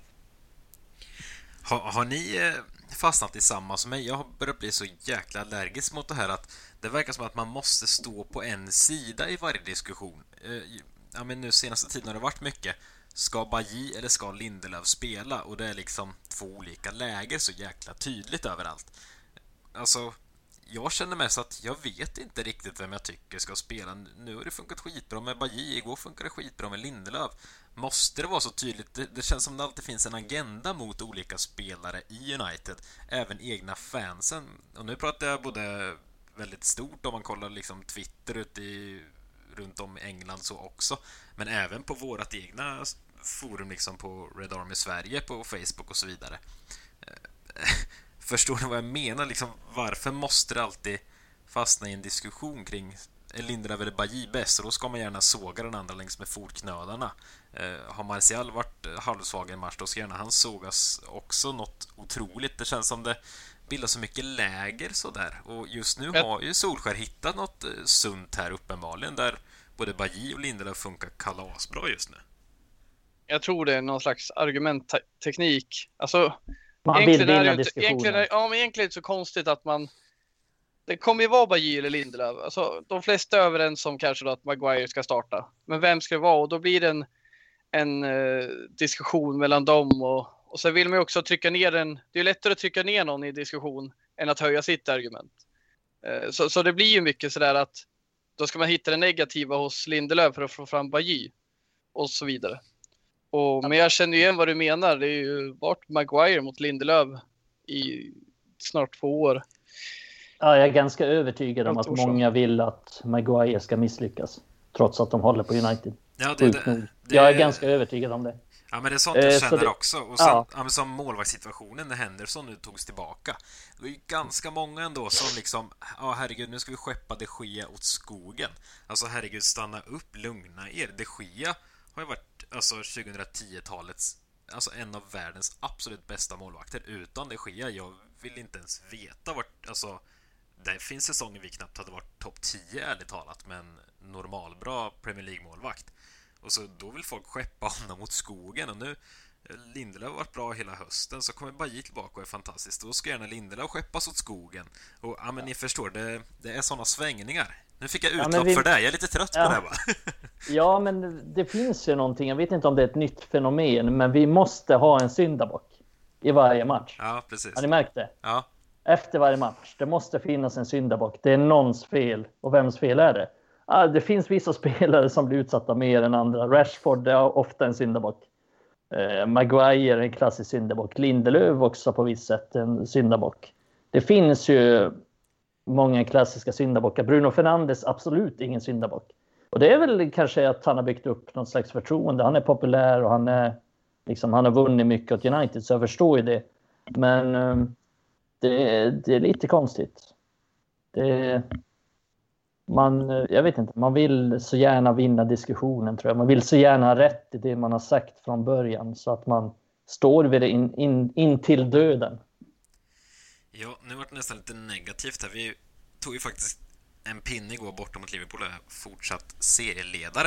Har ni fastnat i samma som mig? Jag har börjat bli så jäkla allergisk mot det här att det verkar som att man måste stå på en sida i varje diskussion. Ja, men nu senaste tiden har det varit mycket. Ska Bailly eller ska Lindelöf spela? Och det är liksom 2 olika läger så jäkla tydligt överallt. Alltså, jag känner mest att jag vet inte riktigt vem jag tycker ska spela. Nu har det funkat skitbra med Bailly, igår funkar det skitbra med Lindelöf. Måste det vara så tydligt? Det känns som det alltid finns en agenda mot olika spelare i United. Även egna fansen. Och nu pratar jag både väldigt stort om man kollar liksom Twitter runt om i England så också. Men även på vårat egna forum liksom på Red Army Sverige, på Facebook och så vidare. Förstår ni vad jag menar? Liksom, varför måste det alltid fastna i en diskussion kring Lindelöf eller Bailly bäst? Och då ska man gärna såga den andra längs med fotknölarna. Har Martial varit halvsvag i en match, då ska gärna han sågas också något otroligt. Det känns som det bildar så mycket läger sådär. Och just nu har ju Solskjaer hittat något sunt här uppenbarligen, där både Bailly och Lindelöf funkar kalasbra just nu. Jag tror det är någon slags argumentteknik. Alltså, man vill vinna diskussionen. Egentligen är det så konstigt att det kommer ju vara Bailly eller Lindelöf. Alltså, de flesta är överens om kanske då att Maguire ska starta. Men vem ska det vara? Och då blir det en diskussion mellan dem. Och så vill man ju också trycka ner den. Det är lättare att trycka ner någon i diskussion än att höja sitt argument. Så det blir ju mycket sådär att då ska man hitta det negativa hos Lindelöf för att få fram Bailly. Och så vidare. Men jag känner ju igen vad du menar. Det är ju varit Maguire mot Lindelöf i snart 2 år. Ja, jag är ganska övertygad om att många vill att Maguire ska misslyckas. Trots att de håller på United. Ja, jag är ganska övertygad om det. Ja, men det är sånt jag känner också. Och sen, som målvaktssituationen när Henderson nu togs tillbaka. Det var ju ganska många ändå som liksom, herregud, nu ska vi skeppa De Gea åt skogen. Alltså herregud, stanna upp, lugna er. De Gea har ju varit 2010-talets en av världens absolut bästa målvakter. Utan De Gea, jag vill inte ens veta vart, det finns säsonger vi knappt hade varit topp 10 ärligt talat, men normalbra Premier League-målvakt. Och så då vill folk skeppa honom mot skogen. Och nu Lindelöf har varit bra hela hösten, så kommer Bailly tillbaka och är fantastiskt. Då ska gärna Lindelöf skeppas åt skogen. Och men ni förstår, det är sådana svängningar. Nu fick jag utlopp för det. Jag är lite trött på det, va? Ja, men det finns ju någonting. Jag vet inte om det är ett nytt fenomen, men vi måste ha en syndabock. i varje match. Ja, precis. Har ni märkt det? Ja. Efter varje match. Det måste finnas en syndabock. Det är någons fel. Och vems fel är det? Det finns vissa spelare som blir utsatta mer än andra. Rashford är ofta en syndabock. Maguire är en klassisk syndabock. Lindelöf också på visst sätt en syndabock. Det finns ju många klassiska syndabockar. Bruno Fernandes absolut ingen syndabock. Och det är väl kanske att han har byggt upp någon slags förtroende. Han är populär och han har vunnit mycket åt United, så jag förstår ju det. Men det är lite konstigt. Jag vet inte, man vill så gärna vinna diskussionen, tror jag. Man vill så gärna ha rätt i det man har sagt från början, så att man står vid det in till döden. Ja, nu var det nästan lite negativt här. Vi tog ju faktiskt en pinne igår bortom mot Liverpool och är fortsatt serieledare.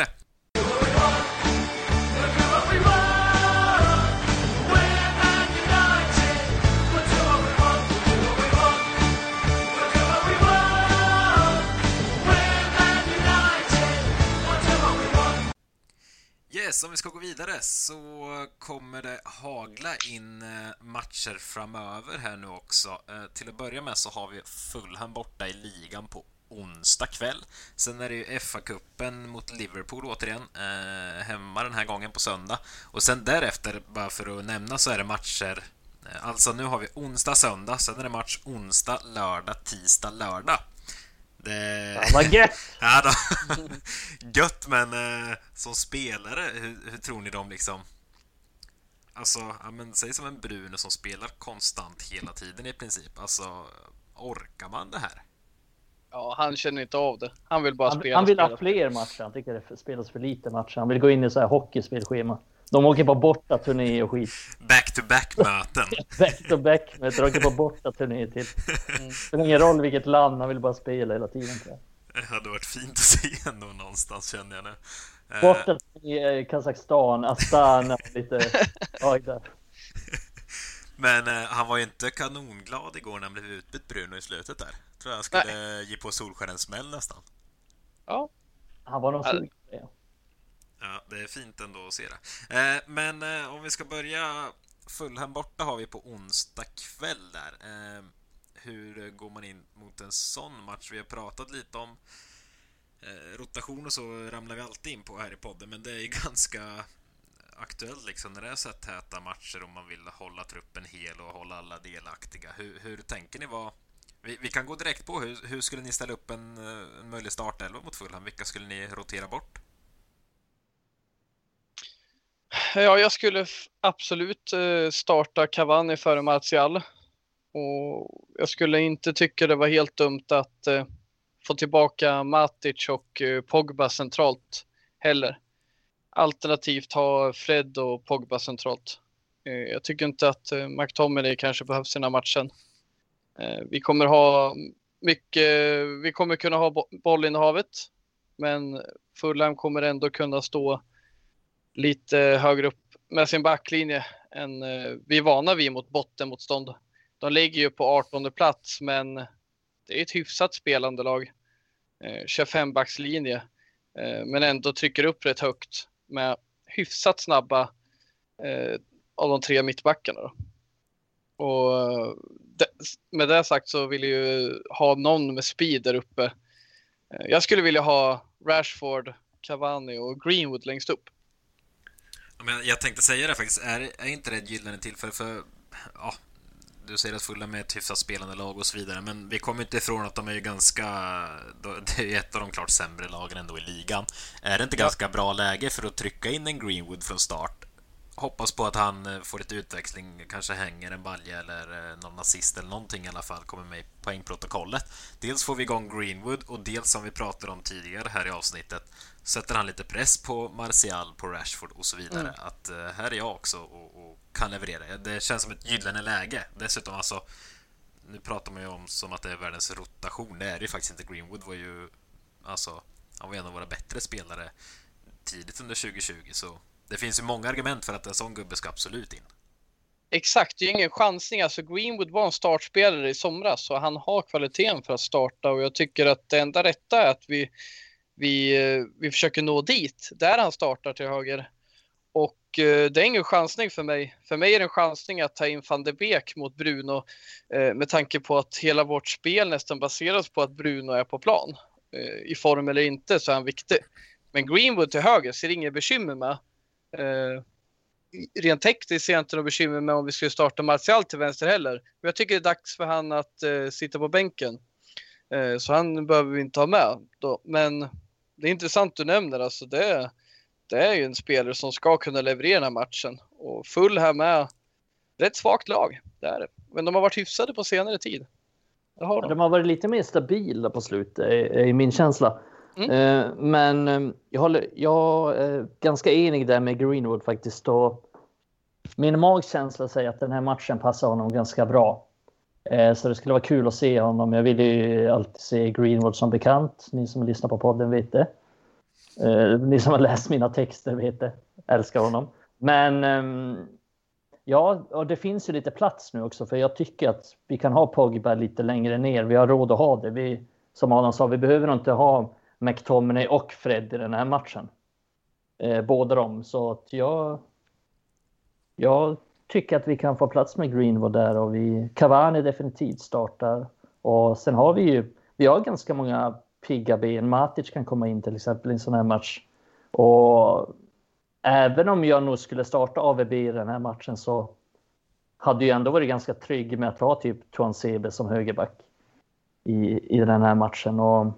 Yes, om vi ska gå vidare så kommer det hagla in matcher framöver här nu också. Till att börja med så har vi Fulham borta i ligan på onsdag kväll. Sen är det ju FA-cupen mot Liverpool återigen, hemma den här gången på söndag. Och sen därefter, bara för att nämna, så är det matcher. Alltså nu har vi onsdag, söndag, sen är det match onsdag, lördag, tisdag, lördag. Det var gött! Ja då. Gött, men som spelare, hur tror ni de liksom? Alltså, ja, men säg som en Bruno som spelar konstant hela tiden i princip. Alltså, orkar man det här? Ja, han känner inte av det. Han vill bara spela. Han vill ha fler matcher. Han tycker det spelas för lite matcher. Han vill gå in i så här hockeyspelschema. De åker på borta turné och skit. Back-to-back-möten. Back-to-back-möten. De åker på borta turné till. Det spelar ingen roll vilket land. Han vill bara spela hela tiden. Det hade varit fint att se ändå någonstans, känner jag nu. Borta i Kazakstan, Astana, lite där. Men han var ju inte kanonglad igår när han blev utbytt, Bruno, i slutet där. Tror jag skulle ge på Solskärens smäll nästan. Ja. Han var nog sugen på det. Ja, det är fint ändå att se det. Men om vi ska börja Fulham borta har vi på onsdag kväll där. Hur går man in mot en sån match? Vi har pratat lite om rotation och så ramlar vi alltid in på här i podden, men det är ju ganska aktuellt liksom när det är så täta matcher och man vill hålla truppen hel och hålla alla delaktiga. Hur tänker ni? Vi kan gå direkt på hur skulle ni ställa upp en möjlig startelva mot Fulham? Vilka skulle ni rotera bort? Ja, jag skulle absolut starta Cavani före Martial. Och jag skulle inte tycka det var helt dumt att få tillbaka Matic och Pogba centralt heller. Alternativt ha Fred och Pogba centralt. Jag tycker inte att McTominay kanske behövs i den här matchen. Vi kommer kunna ha bollinnehavet, men Fulham kommer ändå kunna stå lite högre upp med sin backlinje än vi är vana vid mot bottenmotstånd. De ligger ju på 18:e plats, men det är ett hyfsat spelande lag. 25-backslinje, men ändå trycker upp rätt högt med hyfsat snabba av de 3 mittbackarna då. Och med det sagt så vill jag ju ha någon med speed där uppe. Jag skulle vilja ha Rashford, Cavani och Greenwood längst upp. Men jag tänkte säga det faktiskt, är inte det ett gyllene tillfälle för ja, du säger att Fulham med ett hyfsat spelande lag och så vidare, men vi kommer inte ifrån att de är ju ganska, det är ett av de klart sämre lagen ändå i ligan. Är det inte ganska bra läge för att trycka in en Greenwood från start? Hoppas på att han får lite utväxling, kanske hänger en balja eller någon assist eller någonting i alla fall, kommer med i poängprotokollet. Dels får vi igång Greenwood och dels, som vi pratade om tidigare här i avsnittet, sätter han lite press på Martial, på Rashford och så vidare. Att här är jag också och kan leverera. Det känns som ett gyllene läge. Dessutom alltså, nu pratar man ju om som att det är världens rotation. Det är det ju faktiskt inte. Greenwood var ju, alltså, han var en av våra bättre spelare tidigt under 2020, så det finns ju många argument för att en sån gubbe ska absolut in. Exakt, det är ingen chansning. Alltså Greenwood var en startspelare i somras, så han har kvaliteten för att starta, och jag tycker att det enda rätta är att vi försöker nå dit där han startar till höger. Och det är ingen chansning för mig. För mig är det en chansning att ta in Van de Beek mot Bruno. Med tanke på att hela vårt spel nästan baseras på att Bruno är på plan. I form eller inte så är han viktig. Men Greenwood till höger ser inget bekymmer med. Rent tekniskt ser jag inte något bekymmer med om vi skulle starta Martial till vänster heller. Men jag tycker det är dags för han att sitta på bänken. Så han behöver vi inte ha med. Då. Men det är intressant du nämner. Alltså det är ju en spelare som ska kunna leverera den här matchen. Och Fulham är rätt svagt lag. Det är det. Men de har varit hyfsade på senare tid. Det har de. De har varit lite mer stabila på slutet i min känsla. Men jag är ganska enig där med Greenwood faktiskt. Och min magkänsla säger att den här matchen passar honom ganska bra. Så det skulle vara kul att se honom. Jag vill ju alltid se Greenwood som bekant. Ni som lyssnar på podden vet det. Ni som har läst mina texter vet det. Älskar honom. Men ja, och det finns ju lite plats nu också. För jag tycker att vi kan ha Pogba lite längre ner. Vi har råd att ha det. Som Adam sa, vi behöver inte ha McTominay och Fred i den här matchen. Båda dem. Så att jag tycker att vi kan få plats med Greenwood där. Och Cavani definitivt startar. Och sen har vi har ganska många pigga ben. Matic kan komma in till exempel i en sån här match. Och även om jag nog skulle starta AVB i den här matchen så hade jag ändå varit ganska trygg med att ha typ Tuansebe som högerback i den här matchen. Och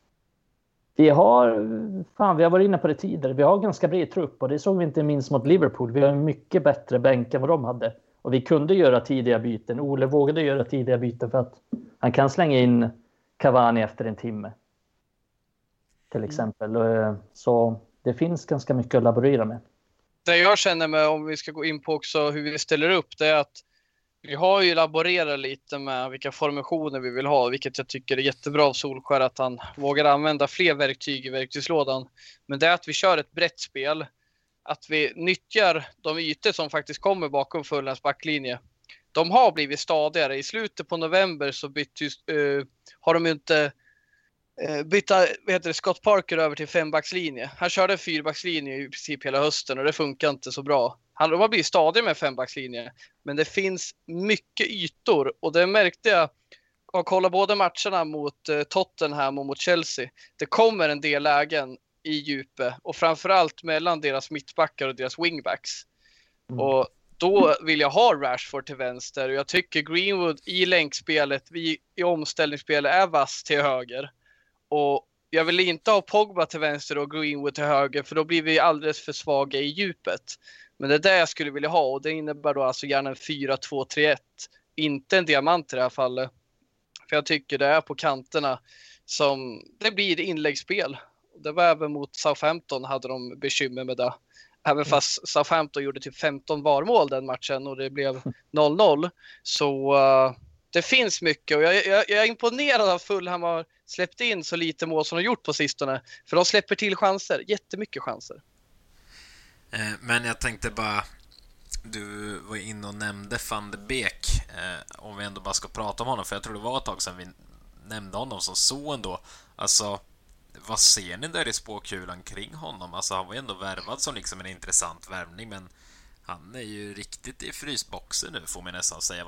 vi har varit inne på det tidigare. Vi har ganska bred trupp och det såg vi inte minst mot Liverpool. Vi har en mycket bättre bänk än vad de hade. Och vi kunde göra tidiga byten. Ole vågade göra tidiga byten för att han kan slänga in Cavani efter en timme. Till exempel. Så det finns ganska mycket att laborera med. Det jag känner med, om vi ska gå in på också hur vi ställer upp, det är att vi har ju laborerat lite med vilka formationer vi vill ha, vilket jag tycker är jättebra av Solskär att han vågar använda fler verktyg i verktygslådan. Men det är att vi kör ett brett spel, att vi nyttjar de ytor som faktiskt kommer bakom Fulhams backlinje. De har blivit stadigare. I slutet på november så har de inte byta Scott Parker över till 5-backslinje. Han körde 4-backslinje i princip hela hösten och det funkar inte så bra. Han har blivit stadig med 5-backslinje. Men det finns mycket ytor och det märkte jag att kolla både matcherna mot Tottenham och mot Chelsea. Det kommer en del lägen i djupe och framförallt mellan deras mittbackar och deras wingbacks. Och då vill jag ha Rashford till vänster och jag tycker Greenwood i länkspelet, i omställningsspelet är vass till höger. Och jag vill inte ha Pogba till vänster och Greenwood till höger för då blir vi alldeles för svaga i djupet. Men det är det jag skulle vilja ha och det innebär då alltså gärna en 4-2-3-1. Inte en diamant i det här fallet. För jag tycker det är på kanterna som det blir inläggsspel. Det var även mot Southampton hade de bekymmer med det. Även fast Southampton gjorde typ 15 varmål den matchen och det blev 0-0. Så det finns mycket och jag är imponerad av Fulham har släppt in så lite mål som de gjort på sistone. För de släpper till chanser, jättemycket chanser. Men jag tänkte bara, du var inne och nämnde Van de Beek, om vi ändå bara ska prata om honom, för jag tror det var ett tag sedan vi nämnde honom som så ändå. Alltså, vad ser ni där i spåkulan kring honom? Alltså, han var ändå värvad som liksom en intressant värvning, men han är ju riktigt i frysboxen nu, får man nästan säga.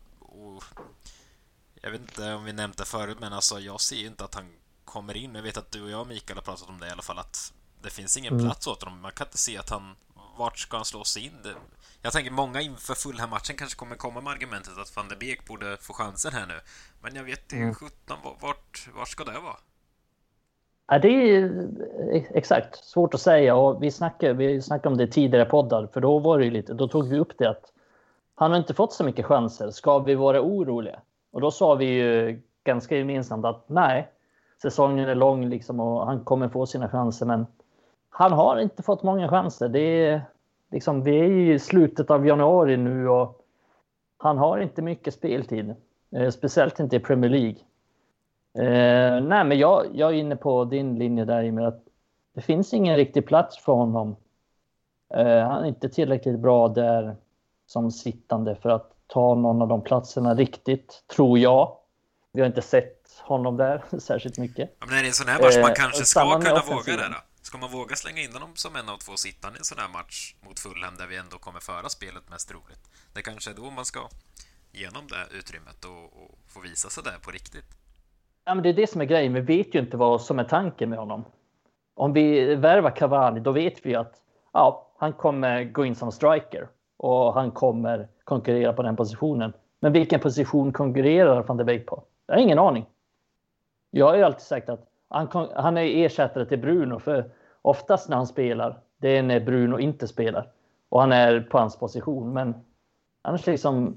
Jag vet inte om vi nämnt det förut, men alltså, jag ser ju inte att han kommer in. Jag vet att du och jag, Mikael, har pratat om det i alla fall, att det finns ingen plats åt honom. Man kan inte se att vart ska han slås in? Jag tänker många inför Fulham-matchen kanske kommer komma med argumentet att Van de Beek borde få chansen här nu. Men jag vet inte, 17, vart ska det vara? Ja, det är exakt svårt att säga och vi snackade om det tidigare poddar för då tog vi upp det att han har inte fått så mycket chanser. Ska vi vara oroliga? Och då sa vi ju ganska gemensamt att nej, säsongen är lång liksom och han kommer få sina chanser, men han har inte fått många chanser. Det är liksom, vi är i slutet av januari nu och han har inte mycket speltid. Speciellt inte i Premier League. Nej, men jag är inne på din linje där i med att det finns ingen riktig plats för honom. Han är inte tillräckligt bra där som sittande för att ta någon av de platserna riktigt, tror jag. Vi har inte sett honom där särskilt mycket. Ja, men är det en sån här match man kanske ska kunna våga det då? Ska man våga slänga in honom som en av två sittande i en sån här match mot Fulham där vi ändå kommer föra spelet mest roligt? Det kanske är då man ska genom det utrymmet och få visa sig där på riktigt. Ja, men det är det som är grejen. Vi vet ju inte vad som är tanken med honom. Om vi värvar Cavani, då vet vi att han kommer gå in som striker och han kommer konkurrera på den positionen. Men vilken position konkurrerar Van de Beek på? Jag har ingen aning. Jag har ju alltid sagt att han är ersättare till Bruno, för oftast när han spelar, det är när Bruno inte spelar. Och han är på hans position. Men annars liksom...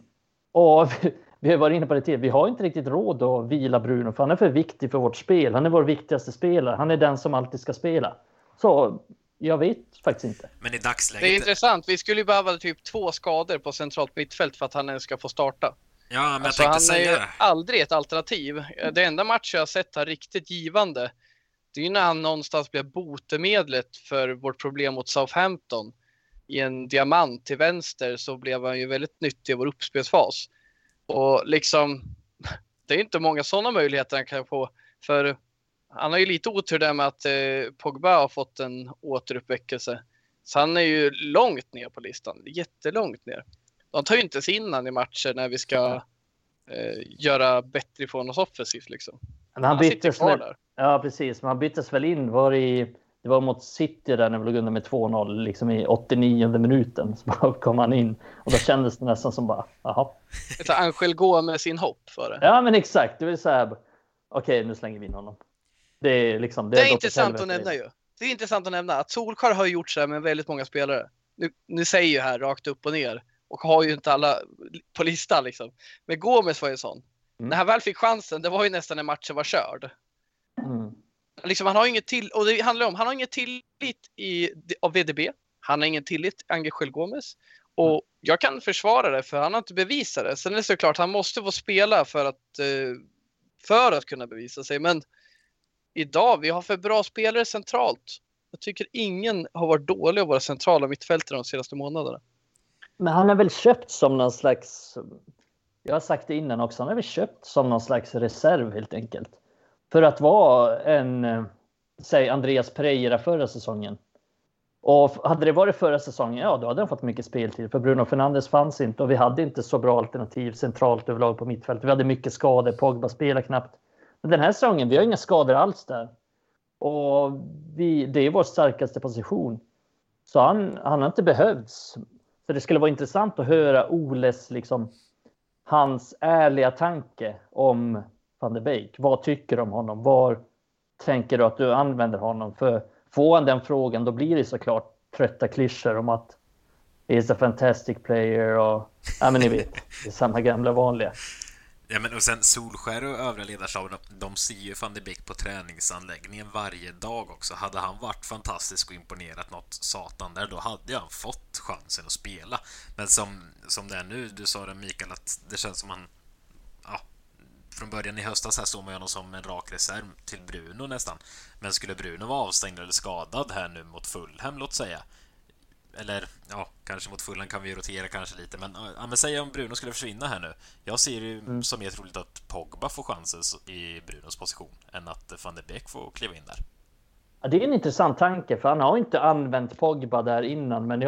vi har varit inne på det till. Vi har inte riktigt råd att vila Bruno, för han är för viktig för vårt spel. Han är vår viktigaste spelare. Han är den som alltid ska spela. Så jag vet faktiskt inte. Men i dagsläget... Det är intressant. Vi skulle ju behöva typ 2 skador på centralt mittfält för att han ens ska få starta. Ja, men alltså, jag han säga är ju aldrig ett alternativ. Det enda match jag har sett här riktigt givande, det är ju när han någonstans blev botemedlet för vårt problem mot Southampton. I en diamant till vänster så blev han ju väldigt nyttig i vår uppspelsfas. Och liksom, det är inte många sådana möjligheter han kan få. För han har ju lite otur där med att Pogba har fått en återuppväckelse. Så han är ju långt ner på listan, jättelångt ner. De tar ju inte sig in i matcher när vi ska göra bättre ifrån oss offensivt liksom. Men han byttes där. Ja, precis. Men han byttes väl in. Det var mot City där när vi låg under med 2-0 liksom i 89:e minuten. Så bara kom han in. Och då kändes det nästan som bara, jaha. Angel gå med sin hopp för det. Ja, men exakt. Det vill säga, okej, nu slänger vi in honom. Det är liksom... Det är intressant att nämna ju. Det är intressant att nämna att Solskjaer har gjort så här med väldigt många spelare. Nu säger ju här rakt upp och ner. Och har ju inte alla på listan liksom. Men Gomes var ju sån. När han väl fick chansen, det var ju nästan när matchen var körd. Liksom, han har inget och det handlar om, han har ingen tillit av VDB. Han har ingen tillit till Angel Gomes. Och jag kan försvara det, för han har inte bevisat det. Sen är det såklart, han måste få spela för att kunna bevisa sig. Men idag, vi har för bra spelare centralt. Jag tycker ingen har varit dålig av våra centrala mittfältare de senaste månaderna. Men han är väl köpt som någon slags... Jag har sagt det innan också. Han är väl köpt som någon slags reserv helt enkelt. För att vara säg Andreas Pereira förra säsongen. Och hade det varit förra säsongen, ja då hade han fått mycket speltid. För Bruno Fernandes fanns inte och vi hade inte så bra alternativ centralt överlag på mittfältet. Vi hade mycket skador, Pogba spelar knappt. Men den här säsongen, vi har inga skador alls där. Och det är vår starkaste position. Så han har inte behövts. Så det skulle vara intressant att höra Oles liksom, hans ärliga tanke om Van de Beek. Vad tycker du om honom? Var tänker du att du använder honom? För får han den frågan, då blir det såklart trötta klyschor om att he's a fantastic player och ja, men ni vet, det är samma gamla vanliga. Ja, men och sen Solskjaer och övriga ledarstaben, de ser ju Van de Beek på träningsanläggningen varje dag också. Hade han varit fantastisk och imponerat något satan där, då hade han fått chansen att spela. Men som det är nu, du sa det Mikael, att det känns som han från början i höstas här såg man honom som en rak reserv till Bruno nästan. Men skulle Bruno vara avstängd eller skadad här nu mot Fulham, låt säga, eller kanske mot Fulham kan vi rotera kanske lite, men säg om Bruno skulle försvinna här nu. Jag ser det som mer troligt att Pogba får chansen i Brunos position än att Van de Beek får kliva in där. Ja, det är en intressant tanke, för han har inte använt Pogba där innan, men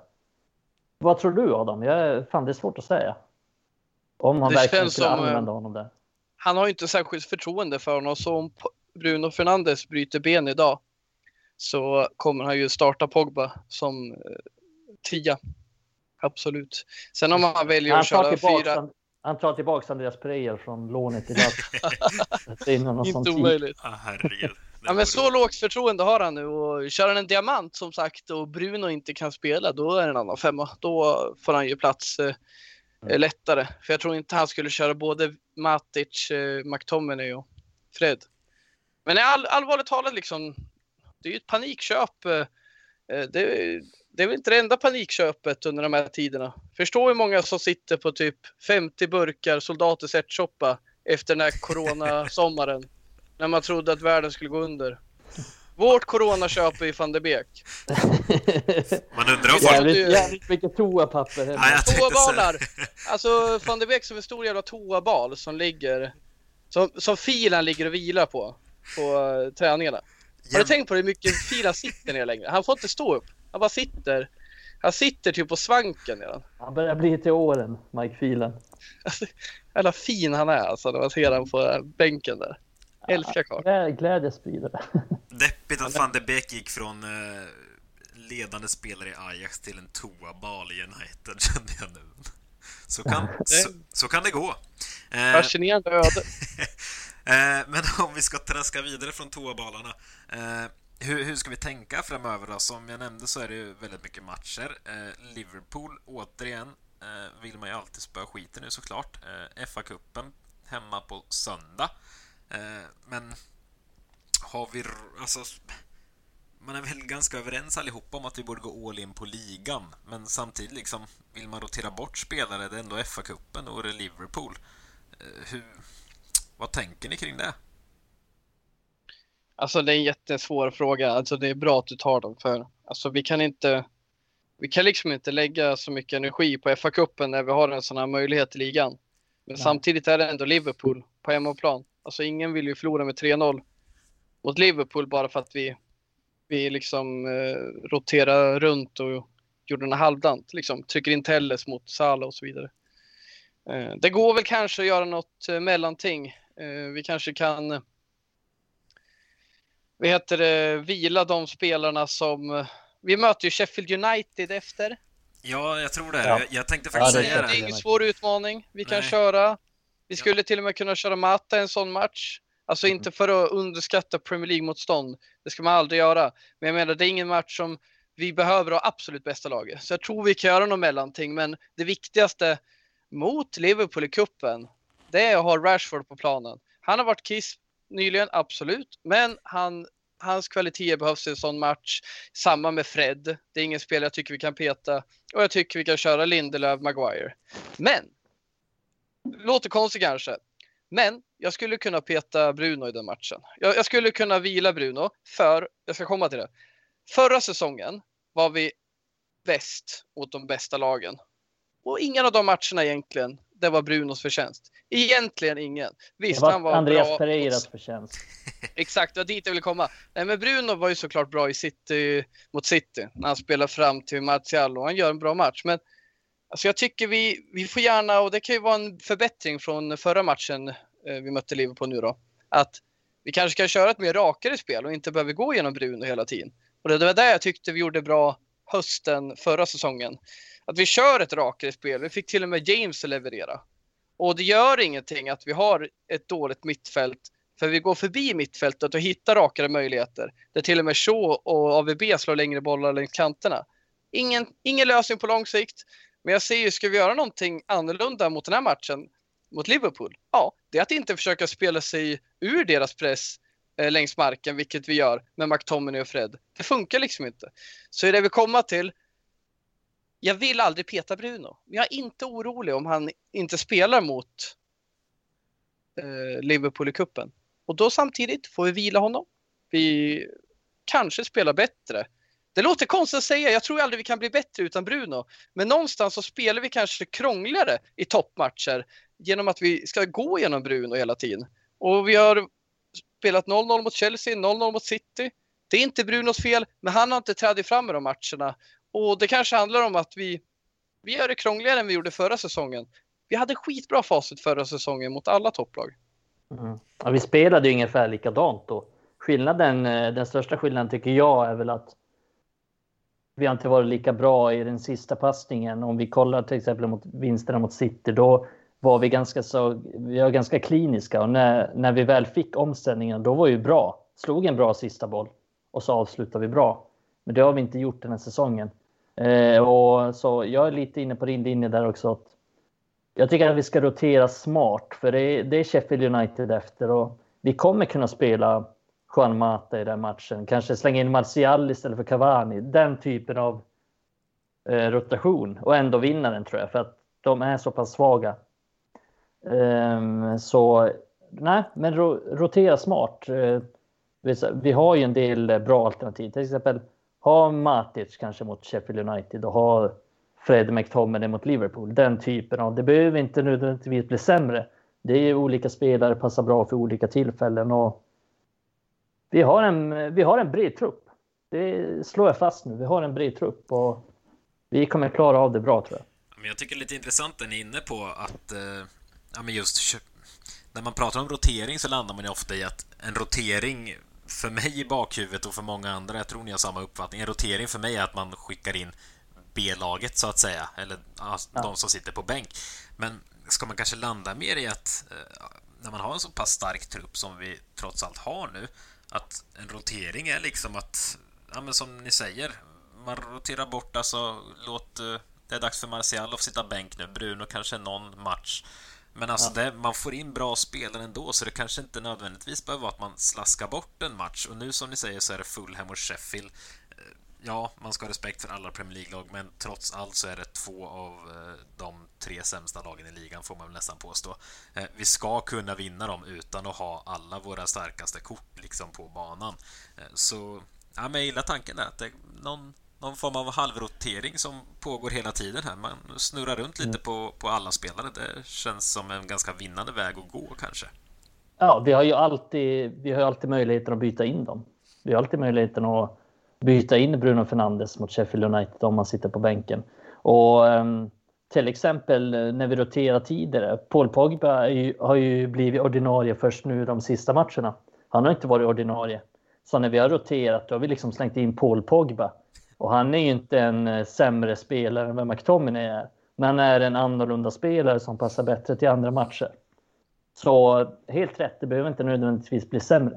vad tror du Adam? Det är svårt att säga. Om han verkligen skulle använda honom där. Han har ju inte särskilt förtroende för honom, så om Bruno Fernandes bryter ben idag så kommer han ju starta Pogba som 10. Absolut. Sen om han väljer att köra 4... Han tar tillbaka Andreas Pereira från lånet idag. Det är någon inte omöjligt. Herregud. Ja, men så lågt förtroende har han nu, och kör han en diamant som sagt och Bruno inte kan spela, då är det en annan 5. Då får han ju plats lättare. För jag tror inte han skulle köra både Matic, McTominay och Fred. Men allvarligt talat liksom, det är ju ett panikköp. Det är väl inte det enda panikköpet under de här tiderna. Förstå hur många som sitter på typ 50 burkar soldaters ärtsoppa efter den här coronasommaren. När man trodde att världen skulle gå under. Vårt coronaköp är Van de Beek. Man undrar om folk... Jävligt mycket toapapper hemma. Toabalar. Alltså Van de Beek som en stor jävla toabal som ligger... Som filen ligger och vilar på träningarna. Har du tänkt på hur mycket fil han sitter ner längre? Han får inte stå upp. Han bara sitter. Han sitter typ på svanken redan. Han börjar bli till åren, Mike Phelan. Alltså, jävla fin han är alltså när man ser han på bänken där. Älskar karl. Glädje sprider det. Deppigt att Van de Beek gick från ledande spelare i Ajax till en toabal i United, kände jag nu. Så kan det gå. Fascinerande öde. Men om vi ska traska vidare från toabalarna, hur ska vi tänka framöver då? Som jag nämnde så är det ju väldigt mycket matcher. Liverpool, återigen, vill man ju alltid spöa skiten nu såklart. FA-cupen hemma på söndag. Men har vi... Alltså, man är väl ganska överens allihopa om att vi borde gå all in på ligan. Men samtidigt liksom, vill man rotera bort spelare, det är ändå FA-cupen och det är Liverpool. Vad tänker ni kring det? Alltså det är en jättesvår fråga. Alltså det är bra att du tar dem för alltså vi kan liksom inte lägga så mycket energi på FA-cupen när vi har en sån här möjlighet i ligan. Men samtidigt är det ändå Liverpool på hemmaplan. Alltså ingen vill ju förlora med 3-0 mot Liverpool bara för att vi liksom roterar runt och gjorde en halvdant. Liksom trycker in Telles mot Salah och så vidare. Det går väl kanske att göra något mellanting. Vi kanske kan vila de spelarna som... Vi möter ju Sheffield United efter. Ja, jag tror det. Ja. Jag tänkte faktiskt säga Det är ingen svår utmaning. Vi kan köra. Vi skulle till och med kunna köra Mata en sån match. Alltså inte för att underskatta Premier League-motstånd. Det ska man aldrig göra. Men jag menar, det är ingen match som vi behöver ha absolut bästa laget. Så jag tror vi kan göra något mellanting. Men det viktigaste mot Liverpool i kuppen, det är att ha Rashford på planen. Han har varit kiss nyligen, absolut. Men hans kvaliteter behövs i en sån match. Samma med Fred. Det är ingen spel jag tycker vi kan peta. Och jag tycker vi kan köra Lindelöf, Maguire. Men, låter konstigt kanske. Men jag skulle kunna peta Bruno i den matchen. Jag skulle kunna vila Bruno för, jag ska komma till det. Förra säsongen var vi bäst mot de bästa lagen. Och ingen av de matcherna egentligen, det var Brunos förtjänst. Egentligen ingen. Visst, det var han var Andreas bra. Pereiras förtjänst. Exakt, det var dit jag ville komma. Nej, men Bruno var ju såklart bra i City mot City. När han spelar fram till Martial och han gör en bra match. Men alltså, jag tycker vi får gärna, och det kan ju vara en förbättring från förra matchen vi mötte Liverpool nu då. Att vi kanske kan köra ett mer rakare spel och inte behöver gå igenom Bruno hela tiden. Och det var där jag tyckte vi gjorde bra hösten förra säsongen. Att vi kör ett rakare spel. Vi fick till och med James att leverera. Och det gör ingenting att vi har ett dåligt mittfält. För vi går förbi mittfältet och hittar rakare möjligheter. Där till och med Shaw och AVB slår längre bollar längs kanterna. Ingen lösning på lång sikt. Men jag ser ju, ska vi göra någonting annorlunda mot den här matchen mot Liverpool? Ja, det är att inte försöka spela sig ur deras press längs marken, vilket vi gör med McTominay och Fred. Det funkar liksom inte. Så är det vi kommer till. Jag vill aldrig peta Bruno. Jag är inte orolig om han inte spelar mot Liverpool i kuppen. Och då samtidigt får vi vila honom. Vi kanske spelar bättre. Det låter konstigt att säga. Jag tror aldrig vi kan bli bättre utan Bruno. Men någonstans så spelar vi kanske krångligare i toppmatcher genom att vi ska gå igenom Bruno hela tiden. Och vi har spelat 0-0 mot Chelsea, 0-0 mot City. Det är inte Brunos fel, men han har inte trädit fram i de matcherna. Och det kanske handlar om att vi gör det krångligare än vi gjorde förra säsongen. Vi hade skitbra facit förra säsongen mot alla topplag. Ja, vi spelade ju ungefär likadant då. Den största skillnaden tycker jag är väl att vi har inte varit lika bra i den sista passningen. Om vi kollar till exempel mot vinsterna mot City, då var vi var ganska kliniska. Och när vi väl fick omställningen, då var vi bra. Slog en bra sista boll och så avslutade vi bra. Men det har vi inte gjort den här säsongen. Och så jag är lite inne på din linje där också. Att jag tycker att vi ska rotera smart. För det är Sheffield United efter. Och vi kommer kunna spela Juan Mata i den matchen. Kanske slänga in Martial istället för Cavani. Den typen av rotation. Och ändå vinna den, tror jag. För att de är så pass svaga. Så nej, men rotera smart. Vi har ju en del bra alternativ. Till exempel ha Matic kanske mot Sheffield United och ha Fred McTominay mot Liverpool. Den typen av, det behöver inte nödvändigtvis bli sämre. Det är olika spelare, passar bra för olika tillfällen och vi har en bred trupp. Det slår jag fast nu. Vi har en bred trupp och vi kommer klara av det bra, tror jag. Men jag tycker det är lite intressant att ni är inne på att men just när man pratar om rotering så landar man ju ofta i att en rotering för mig i bakhuvudet och för många andra, jag tror ni har samma uppfattning, en rotering för mig är att man skickar in B-laget så att säga, eller de som sitter på bänk. Men ska man kanske landa mer i att när man har en så pass stark trupp som vi trots allt har nu, att en rotering är liksom att, ja, men som ni säger, man roterar bort, alltså det är dags för Martial att sitta bänk nu, Bruno kanske någon match. Men alltså man får in bra spelare ändå, så det kanske inte nödvändigtvis behöver vara att man slaskar bort en match. Och nu som ni säger så är det Fulham och Sheffield. Ja, man ska ha respekt för alla Premier League-lag, men trots allt så är det 2 av de 3 sämsta lagen i ligan, får man väl nästan påstå. Vi ska kunna vinna dem utan att ha alla våra starkaste kort liksom på banan. Så ja, men jag gillar tanken där att det är någon form av halvrotering som pågår hela tiden här. Man snurrar runt lite på alla spelare. Det känns som en ganska vinnande väg att gå kanske. Ja, vi har ju alltid möjligheten att byta in dem. Vi har alltid möjligheten att byta in Bruno Fernandes mot Sheffield United om man sitter på bänken. Och till exempel när vi roterar tidigare, Paul Pogba har ju blivit ordinarie först nu de sista matcherna. Han har inte varit ordinarie. Så när vi har roterat då har vi liksom slängt in Paul Pogba. Och han är ju inte en sämre spelare än vad McTominay är. Men han är en annorlunda spelare som passar bättre till andra matcher. Så helt rätt, det behöver inte nödvändigtvis bli sämre.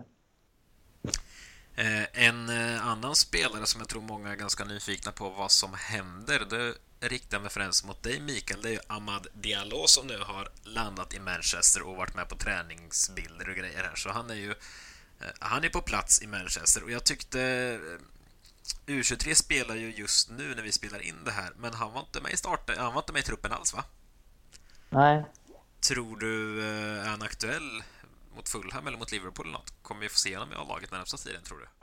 En annan spelare som jag tror många är ganska nyfikna på vad som händer, det riktar mig främst mot dig, Mikael. Det är ju Amad Diallo som nu har landat i Manchester och varit med på träningsbilder och grejer här. Så han är på plats i Manchester. Och jag tyckte U23 spelar ju just nu när vi spelar in det här, men han var inte med i starten, han var inte med i truppen alls, va? Nej. Tror du är han aktuell mot Fulham eller mot Liverpool eller något? Kommer vi få se honom i A-laget närmsta tiden, tror du?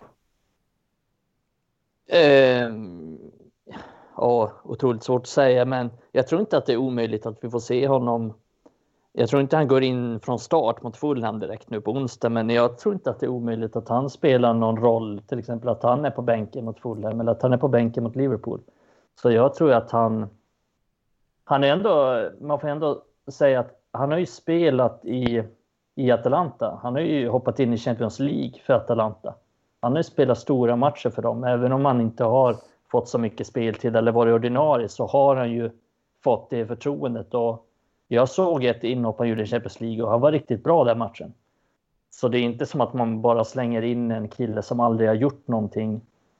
Otroligt svårt att säga, men jag tror inte att det är omöjligt att vi får se honom. Jag tror inte han går in från start mot Fulham direkt nu på onsdag, men jag tror inte att det är omöjligt att han spelar någon roll, till exempel att han är på bänken mot Fulham eller att han är på bänken mot Liverpool. Så jag tror att han är ändå, man får ändå säga att han har ju spelat i Atalanta. Han har ju hoppat in i Champions League för Atalanta. Han har ju spelat stora matcher för dem, även om han inte har fått så mycket speltid eller varit ordinarie, så har han ju fått det förtroendet. Och jag såg ett inhopp han gjorde i Champions League och han var riktigt bra den matchen. Så det är inte som att man bara slänger in en kille som aldrig har gjort någonting,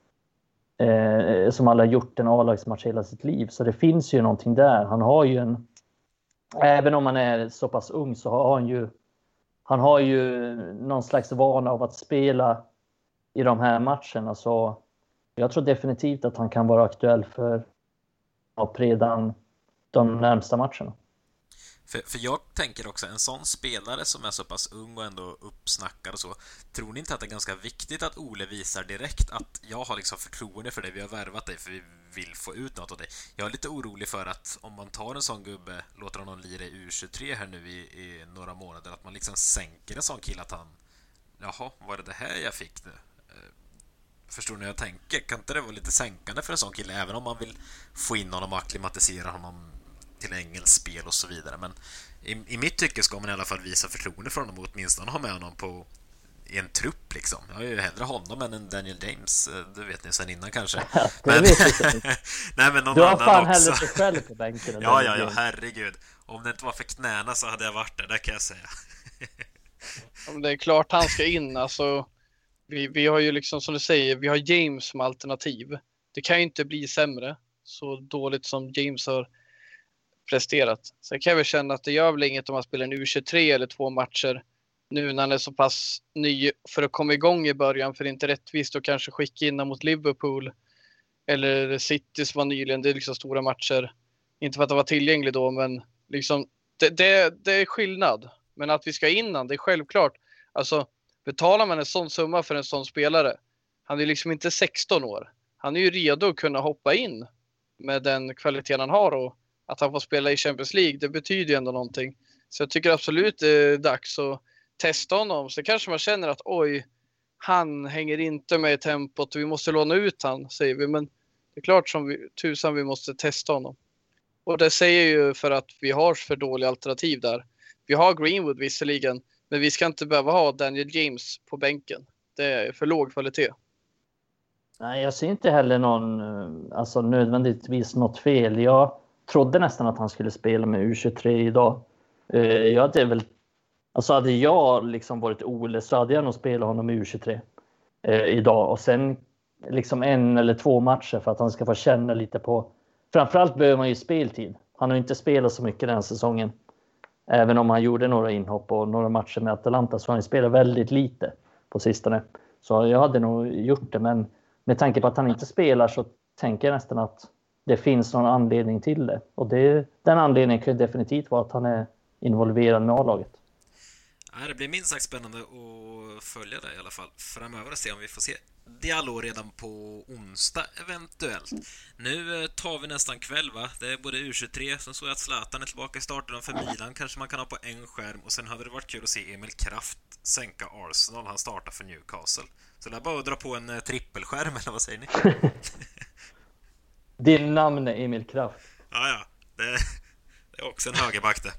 som aldrig har gjort en A-lagsmatch hela sitt liv. Så det finns ju någonting där. Han har ju även om han är så pass ung, så har han har ju någon slags vana av att spela i de här matcherna. Så jag tror definitivt att han kan vara aktuell för redan de närmsta matcherna. För jag tänker också, en sån spelare som är så pass ung och ändå uppsnackad och så, tror ni inte att det är ganska viktigt att Ole visar direkt att jag har liksom förtroende för dig, vi har värvat dig för vi vill få ut något av dig? Jag är lite orolig för att om man tar en sån gubbe, låter honom lira i U23 här nu i några månader, att man liksom sänker en sån kille att han, jaha, var det här jag fick nu? Förstår ni hur jag tänker? Kan inte det vara lite sänkande för en sån kille, även om man vill få in honom och akklimatisera honom till engelsk spel och så vidare? Men i mitt tycke ska man i alla fall visa förtroende för honom och åtminstone ha med honom i en trupp liksom. Jag har ju hellre honom än en Daniel James, det vet ni sen innan kanske. Men nej, men någon du har annan fan också. hellre sig själv på bänken. ja, herregud. Om det inte var för knäna så hade jag varit där kan jag säga. Om det är klart han ska in, alltså vi har ju liksom, som du säger, vi har James som alternativ. Det kan ju inte bli sämre så dåligt som James har presterat. Sen kan jag väl känna att det gör väl inget om man spelar en U23 eller 2 matcher nu när han är så pass ny för att komma igång i början, för det är inte rättvist att kanske skicka in mot Liverpool eller City som var nyligen. Det är liksom stora matcher. Inte för att det var tillgänglig då, men liksom det är skillnad. Men att vi ska innan, det är självklart. Alltså, betalar man en sån summa för en sån spelare, han är liksom inte 16 år. Han är ju redo att kunna hoppa in med den kvaliteten han har, och att han får spela i Champions League, det betyder ju ändå någonting. Så jag tycker absolut det är dags att testa honom. Så kanske man känner att oj, han hänger inte med i tempot och vi måste låna ut han, säger vi. Men det är klart som tusan vi måste testa honom. Och det säger ju för att vi har för dåliga alternativ där. Vi har Greenwood visserligen, men vi ska inte behöva ha Daniel James på bänken. Det är för låg kvalitet. Nej, jag ser inte heller nödvändigtvis något fel. Jag trodde nästan att han skulle spela med U23 idag. Hade jag liksom varit Ole så hade jag nog spelat honom med U23 idag. Och sen liksom 1 eller 2 matcher för att han ska få känna lite på. Framförallt behöver man ju speltid. Han har inte spelat så mycket den säsongen. Även om han gjorde några inhopp och några matcher med Atalanta så har han spelat väldigt lite på sistone. Så jag hade nog gjort det, men med tanke på att han inte spelar så tänker jag nästan att det finns någon anledning till det. Och den anledningen kan definitivt vara att han är involverad med A-laget. Ja, det blir minst sagt spännande att följa det i alla fall framöver och se om vi får se Diallo redan på onsdag eventuellt. Nu tar vi nästan kväll, va? Det är både U23, som såg att Zlatan är tillbaka i starten för Milan, kanske man kan ha på en skärm, och sen hade det varit kul att se Emil Kraft sänka Arsenal, han startar för Newcastle. Så det är bara att dra på en trippelskärm, eller vad säger ni? Din namn är Emil Kraft. Ja, det är också en högerback det.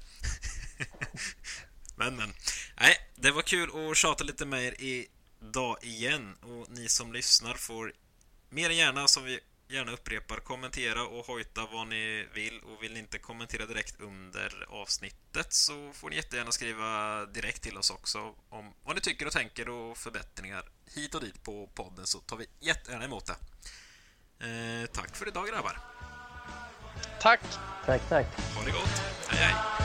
Men. Nej, det var kul att tjata lite mer idag igen. Och ni som lyssnar får mer än gärna, som vi gärna upprepar, kommentera och hojta vad ni vill. Och vill ni inte kommentera direkt under avsnittet så får ni jättegärna skriva direkt till oss också om vad ni tycker och tänker och förbättringar hit och dit på podden, så tar vi jättegärna emot det. Tack för idag, grabbar. Tack. Tack. Ha det gott. Hej.